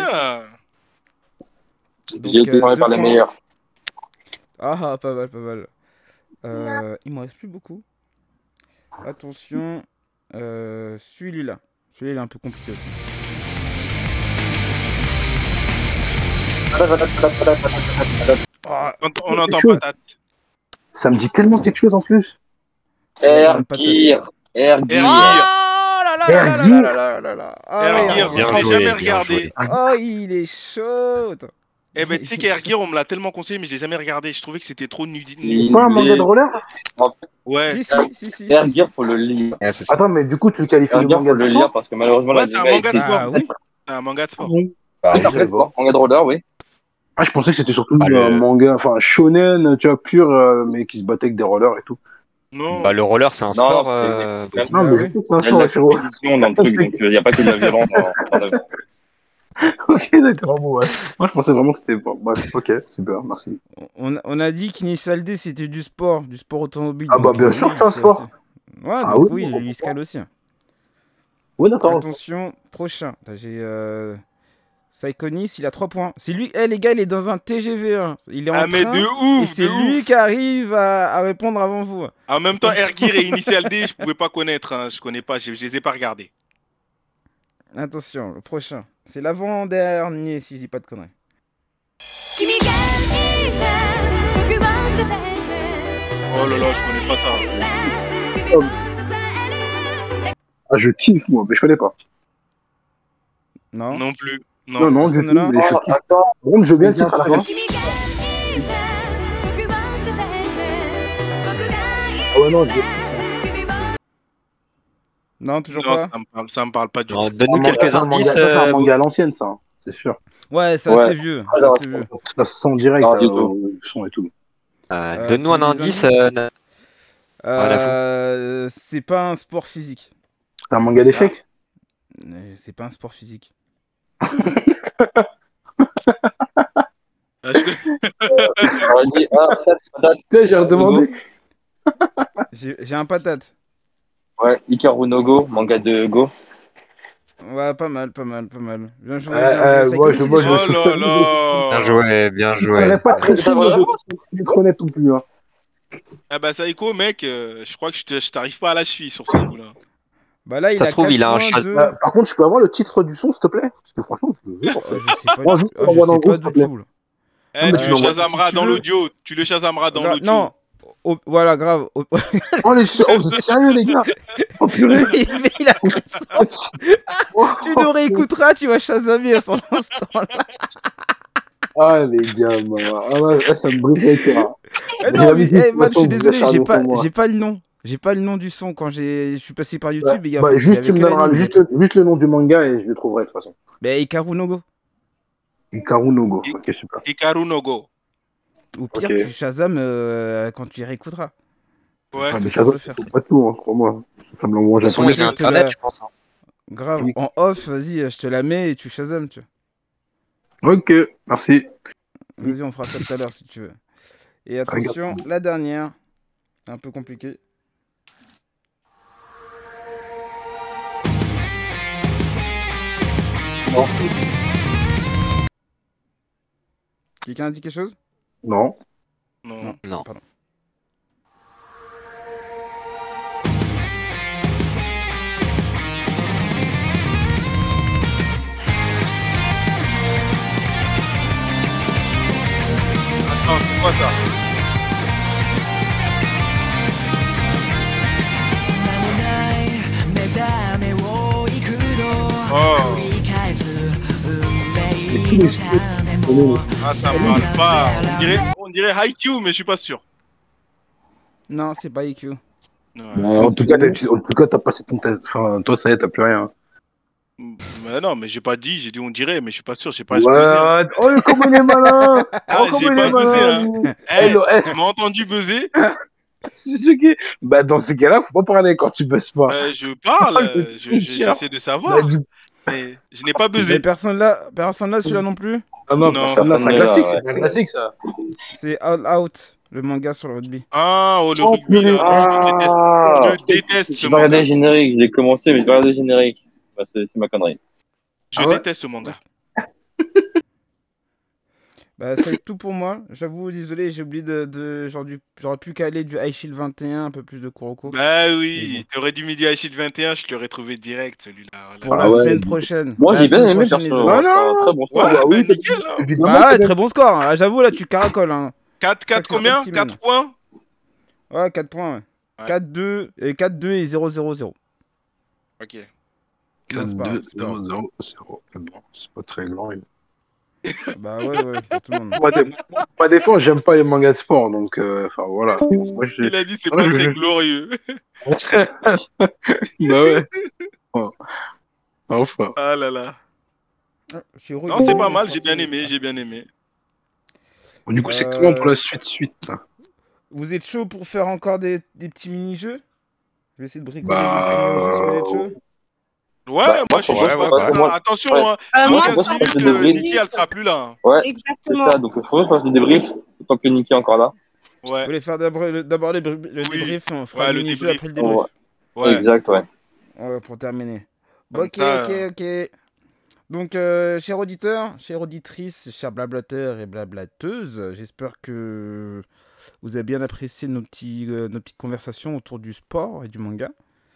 Donc, J'ai été 2 formé par les points. meilleurs. Ah, pas mal. Il m'en reste plus beaucoup. Attention, celui-là. Celui-là, il est un peu compliqué aussi. Oh, On entend Quelque chose. patate. Ça me dit tellement quelque chose en plus. Air Gear. Air Air Gear. oh là là là là là là là là. Ah Air ouais, Gear, bien je l'ai joué, jamais bien regardé. joué. oh, il est chaud. Eh ben, tu sais qu'Air Gear, on me l'a tellement conseillé, mais je l'ai jamais regardé. Je trouvais que c'était trop nudiste. Il Pas un manga de est- roller? Ouais. Si. Air Gear, faut le lire. Ouais, c'est ça. Attends, mais du coup, tu le qualifies Air de Gear, manga faut de le sport? lire parce que malheureusement, Ouais, la c'est un manga de sport. Bah oui. C'est un manga de sport. Bon. Bah, Oui, c'est un manga de sport. Manga de roller, oui. Ah, je pensais que c'était surtout Bah, un le- manga, enfin, shonen, tu vois, pur, mais qui se battait avec des rollers et tout. Non. bah, le roller, c'est un Non, sport. non, c'est- Bobby. Non, Bah mais oui. je sais que c'est un Il y a de sport, la frérot. compétition dans le truc, donc il n'y a pas que de la violence dans le. Ok, d'accord, bon, ouais. Moi, je pensais vraiment que c'était. Bon, bref, ok, super, merci. On a dit qu'Initial D c'était du sport automobile. Ah, bah, donc, bien sûr, c'est un sport. Ouais, Ah donc oui, oui, bon, lui il se cale aussi. Oui, d'accord. Attention, prochain. Là, j'ai Saikonis, il a 3 points. C'est lui, les gars, il est dans un TGV1. Il est en Ah, mais train. de Et ouf, c'est de lui ouf. qui arrive à répondre avant vous. En même temps, Air Gear et Initial D, je pouvais pas connaître. Hein. Je connais pas, je les ai pas regardés. Attention, le prochain. C'est l'avant-dernier, si je dis pas de conneries. Oh là là, je connais pas ça. Ah, je kiffe, moi, mais je connais pas. Non, Non plus. Non, non, du personne tout, ne l'a. mais je Oh, kiffe. attends. Par contre, je veux bien le titre à la fin. Ah ouais, non, Non, toujours Non, pas. ça me parle pas du Non, tout. donne-nous quelques indices. Ça, c'est un manga à l'ancienne, ça, hein, c'est sûr. Ouais, c'est Ouais. assez vieux. C'est Alors, assez vieux. Ça se sent direct, Non, du tout. au son et tout. Donne-nous un tu veux des indice. indices la C'est pas un sport physique. C'est un manga d'échecs? C'est pas un sport physique. Ah, je- On a dit, patate. Tu sais, j'ai redemandé. J'ai un patate. Ouais, Ikaru no Go, manga de Go. Ouais, pas mal, pas mal, pas mal. Bien joué, bien joué. Ça moi, commence, je, il moi, est je, chaud. Oh là Bien là. joué, bien je serais joué. pas très Ça chaud va vraiment? de être honnête non plus. Hein. Ah bah Saïko, mec, je crois que je t'arrive pas à la cheville sur ce coup-là. Bah là, il Ça a se trouve, 4 il a un points, chasse. 2. Par contre, je peux avoir le titre du son, s'il te plaît? Parce que franchement, je veux en fait. Je sais pas, Moi, juste je l'envoie dans sais le groupe, pas s'il te du plaît. tout. Là. Non, mais Tu tu le l'envoies. Si chasameras tu dans veux. l'audio. Tu le chasameras dans l'audio. Non, voilà, grave. Oh, oh, vous êtes sérieux, les gars? Oh, purée. Mais il a raison. Tu le réécouteras, tu vas chasamer à son instant-là. Ah, les gars, ah, ouais, ça me brise le cœur. Non, La mais musique, man, je suis vous désolé, acharnez sur moi. j'ai pas le nom. J'ai pas le nom du son quand je suis passé par Ouais. YouTube et en Bah, fait, il y juste, avait tu me que donneras l'anime. juste le nom du manga et je le trouverai de toute façon. Bah, Hikaru no Go. Hikaru no Go. I- Ok, super. Hikaru no Go. Au pire, Ok. tu Shazam quand tu y réécouteras. Ouais. Ah, mais toujours ça, le faire, c'est ça. pas tout, hein, crois-moi. Ça me l'envoie en De toute façon, japonais. il a je te internet, la- je pense. Hein. Grave, Oui. en off, vas-y, je te la mets et tu Shazam, tu vois. Ok, merci. Vas-y, on fera ça tout à l'heure si tu veux. Et Regarde. attention, la dernière, un peu compliqué. Non. Quelqu'un a dit quelque chose? Non. Non. Non. Pardon. Attends, c'est quoi ça? Oh. Et tous les skills, Ah, ça me parle pas. On dirait Haikyuu, mais je suis pas sûr. Non, c'est pas IQ. Ouais. en tout cas, t'as passé ton test. Enfin, toi, ça y est, t'as plus rien. Mais non, mais j'ai pas dit, j'ai dit on dirait, mais je suis pas sûr, j'ai pas buzzé. Hein. Ouais. Oh, comment il est malin! Ah, Oh, comment j'ai il pas est buzzé, malin! hein. lui. Eh, Hello, tu m'as entendu buzzer? c'est choqué. Bah, dans ces cas-là, faut pas parler quand tu buzzes pas. Je parle, Je j'essaie de Bah, savoir, du- mais je n'ai pas Mais buzzé. personne là, celui-là non plus. Ah non, Non. personne là, c'est un Personne n'est là, classique, ouais. c'est un classique, ça. C'est All Out, le manga sur le rugby. Ah, oh, le Oh, rugby, là, non, Ah, je déteste ce j'ai pas regardé manga. le générique, je l'ai commencé, mais j'ai pas regardé le générique. Bah, c'est ma connerie. Je Ah ouais déteste ce manga. Bah, ça va être tout pour moi. J'avoue, désolé, j'ai oublié j'aurais pu caler du High Shield 21, un peu plus de Kuroko. Bah Mais oui, bon. t'aurais dû midi à Shield 21, je l'aurais trouvé direct, celui-là. Voilà. Pour Ah la ouais. semaine prochaine. Moi, La j'ai bien semaine aimé, prochaine, les perso. amis. Non, C'est un non. très bon Ouais, sport. bah oui, bah nickel, hein. évidemment, Bah ouais, c'est très bon score. Hein. J'avoue, là, tu caracoles. Hein. 4 crois que c'est combien? ton petit, man. 4 points? Ouais, 4 points. Ouais. Ouais. 4-2 et 0-0-0. Ok. Non, c'est pas grave, 2, c'est pas grave. 0, 0. Bon, c'est pas très grand. Bah ouais, pour tout le monde. Moi, des fois, j'aime pas les mangas de sport, donc, enfin, voilà. Moi, Il a dit c'est Ouais, pas très je- glorieux. bah ouais. Oh. Enfin. Ah là là. Ah, Chiro, Non, il est c'est où, pas il est mal, j'ai parti. bien aimé, j'ai bien aimé. Du coup, c'est comment pour la suite là? Vous êtes chaud pour faire encore des petits mini-jeux? Je vais essayer de bricoler des petits Bah. mini-jeux si vous êtes chaud. Ouais, Bah, moi je suis moi, chaud. ouais, Parce que, moi- attention, ouais. hein, dans moi, 15 je pense minutes, que je devrais- Niki elle sera plus là. Ouais, c'est Exactement. ça. Donc, il faudrait que je fasse le débrief tant que Niki est encore là. Vous Ouais, voulez faire d'abord le Oui. débrief, on fera Ouais, le le mini-jeu débrief. après le débrief. ouais. Exact, ouais. Ouais, pour terminer. Comme Ok, ça, ok. Donc, chers auditeurs, chères auditrices, chers blablateurs et blablateuses, j'espère que vous avez bien apprécié nos petites conversations autour du sport et du manga.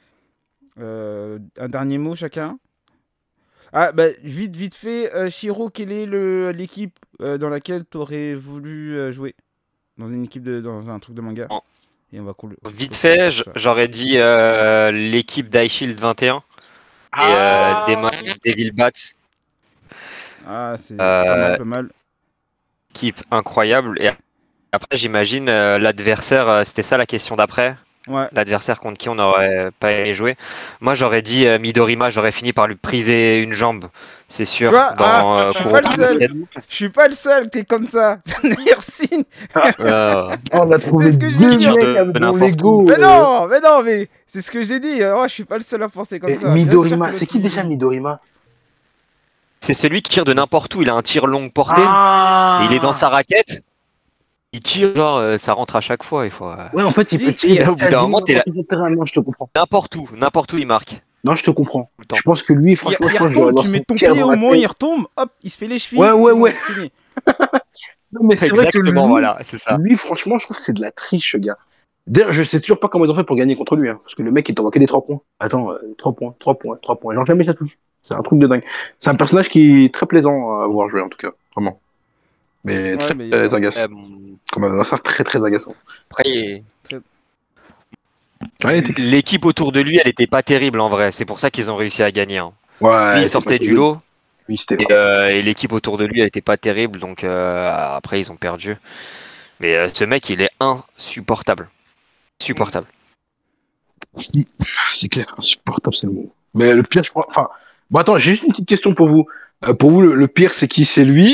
Un dernier mot chacun. Ah, bah, vite fait, Shiro, quelle est l'équipe dans laquelle tu aurais voulu jouer? Dans une équipe dans un truc de manga? Oh. Et on va Vite fait, sur ça. j'aurais dit l'équipe d'iShield 21 Ah. et Devil Bats, Ah, c'est pas mal. équipe incroyable. Et après, j'imagine l'adversaire, c'était ça la question d'après. Ouais. L'adversaire contre qui on n'aurait pas aimé jouer. Moi, j'aurais dit Midorima, j'aurais fini par lui briser une jambe, c'est sûr. Tu vois, dans je suis Kuroko pas le seul. Basket. Je suis pas le seul qui est comme ça. Merci. On a trouvé ce que j'ai deux dit. mecs avec mon N'importe Lego. Mais c'est ce que j'ai dit. Oh, je suis pas le seul à penser comme ça. Bien sûr Midorima, que c'est qui l'autre, déjà Midorima? C'est celui qui tire de n'importe où. Il a un tir longue portée. Ah. Et il est dans sa raquette. Il tire, genre, ça rentre à chaque fois. Il faut Ouais, en fait, il peut Dis, tirer au bout d'un moment, t'es là. n'importe où sur le terrain. Non, je te comprends. N'importe où il marque. Non, je te comprends. le temps. Je pense que lui, franchement, Il je pense que je vais retombe, avoir tu mets son ton cœur pied dans au la moins, tête. il retombe, hop, il se fait les chevilles. Ouais, c'est ouais, bon, ouais. fini. Non, mais c'est vrai que Exactement, lui, voilà, c'est ça. lui, franchement, je trouve que c'est de la triche, ce gars. D'ailleurs, je sais toujours pas comment ils ont fait pour gagner contre lui, hein, parce que le mec, il t'envoie que des 3 points. Attends, 3 points, 3 points, 3 points. Genre, jamais ça touche. C'est un truc de dingue. C'est un personnage qui est très plaisant à voir jouer, en tout cas. Vraiment. Mais Ouais, très, mais très agaçant. Bon, Comme un adversaire très, très agaçant. après, très- Ouais, t'es- l'équipe autour de lui, elle était pas terrible en vrai. C'est pour ça qu'ils ont réussi à gagner, hein. Lui, ouais, il t'es pas sortait du terrible. lot Oui, c'était et, grave. et l'équipe autour de lui, elle était pas terrible. Donc après, ils ont perdu. Mais ce mec, il est insupportable. Supportable. C'est clair, insupportable, c'est le mot. Mais le pire, je crois. Enfin, bon, attends, j'ai juste une petite question pour vous. Pour vous, le pire, c'est qui? C'est lui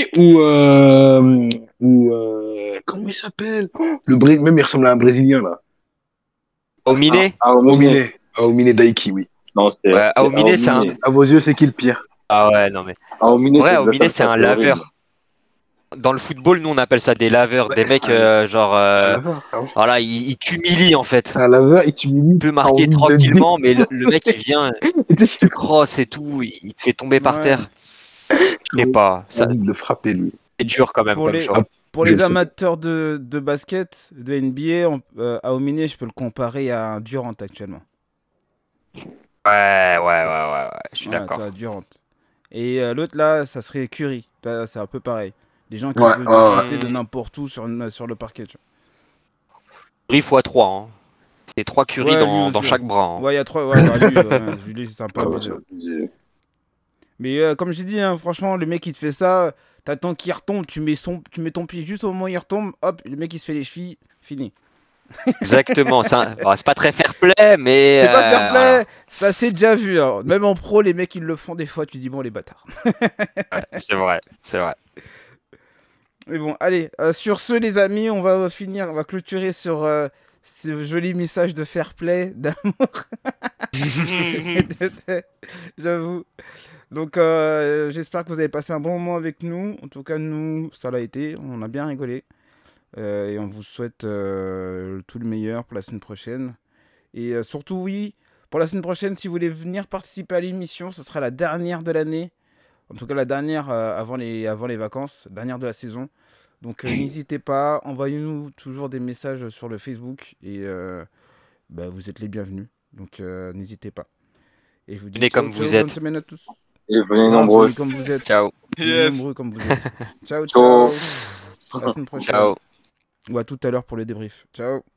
comment il s'appelle? Même il ressemble à un Brésilien, là. Aomine? Aomine. Aomine. Aomine Daiki, oui. Non, Ouais, c'est Aomine, c'est un. Aomine. À vos yeux, c'est qui le pire? Ah ouais, non mais. Aomine, Vrai, c'est Aomine, exactement c'est ça, un c'est horrible. laveur. Dans le football, nous, on appelle ça des laveurs. Ouais, Des c'est mecs, un laveur, frérot. voilà, ils t'humilient en C'est fait. un laveur et tu Il m'imites, peut t'as marquer envie de dé... tranquillement, mais le mec, il vient, il te crosse et tout, il te fait tomber par Ouais. terre. Je sais pas, T'as ça, envie de le frapper, lui. c'est dur quand même Pour comme les, choix. Ah, pour je les le sais. amateurs de basket, de NBA, Aomine, je peux le comparer à un Durant actuellement. Ouais, je suis Ouais, d'accord. toi, Durant. Et l'autre là, ça serait Curry. Là, c'est un peu pareil. Des gens qui Ouais, peuvent te ouais, ouais. shooter de n'importe où sur le parquet. Tu Curry x 3, hein. C'est 3 vois. Curry Ouais, lui dans aussi. Hein. chaque bras, hein. Ouais, il y a trois. Ouais, bah, lui, c'est un peu Ouais, ouais, abusé. ça, Hein. Mais comme j'ai dit, hein, franchement, le mec il te fait ça, t'attends qu'il retombe, tu mets ton pied juste au moment où il retombe, hop, le mec il se fait les chevilles, fini. Exactement. Bon, c'est pas très fair play, mais C'est pas fair voilà. play, ça c'est déjà vu. Hein. Même en pro, les mecs ils le font des fois, tu dis bon, les bâtards. Ouais, c'est vrai, c'est vrai. Mais bon, allez, sur ce, les amis, on va finir, on va clôturer sur ce joli message de fair play, d'amour. J'avoue. Donc, j'espère que vous avez passé un bon moment avec nous. En tout cas, nous, ça l'a été. On a bien rigolé. Et on vous souhaite tout le meilleur pour la semaine prochaine. Et surtout, oui, pour la semaine prochaine, si vous voulez venir participer à l'émission, ce sera la dernière de l'année. En tout cas, la dernière avant les vacances, dernière de la saison. Donc, n'hésitez pas. Envoyez-nous toujours des messages sur le Facebook. Et vous êtes les bienvenus. Donc, n'hésitez pas. Et je vous dis Venez ciao, comme ciao, vous bonne êtes. semaine à tous. Et venez Grave, nombreux. venez comme vous êtes. Ciao, Venez Yes. nombreux comme vous êtes. Ciao, Ciao. ciao. À la semaine prochaine. ciao. Ou à tout à l'heure pour le débrief. Ciao.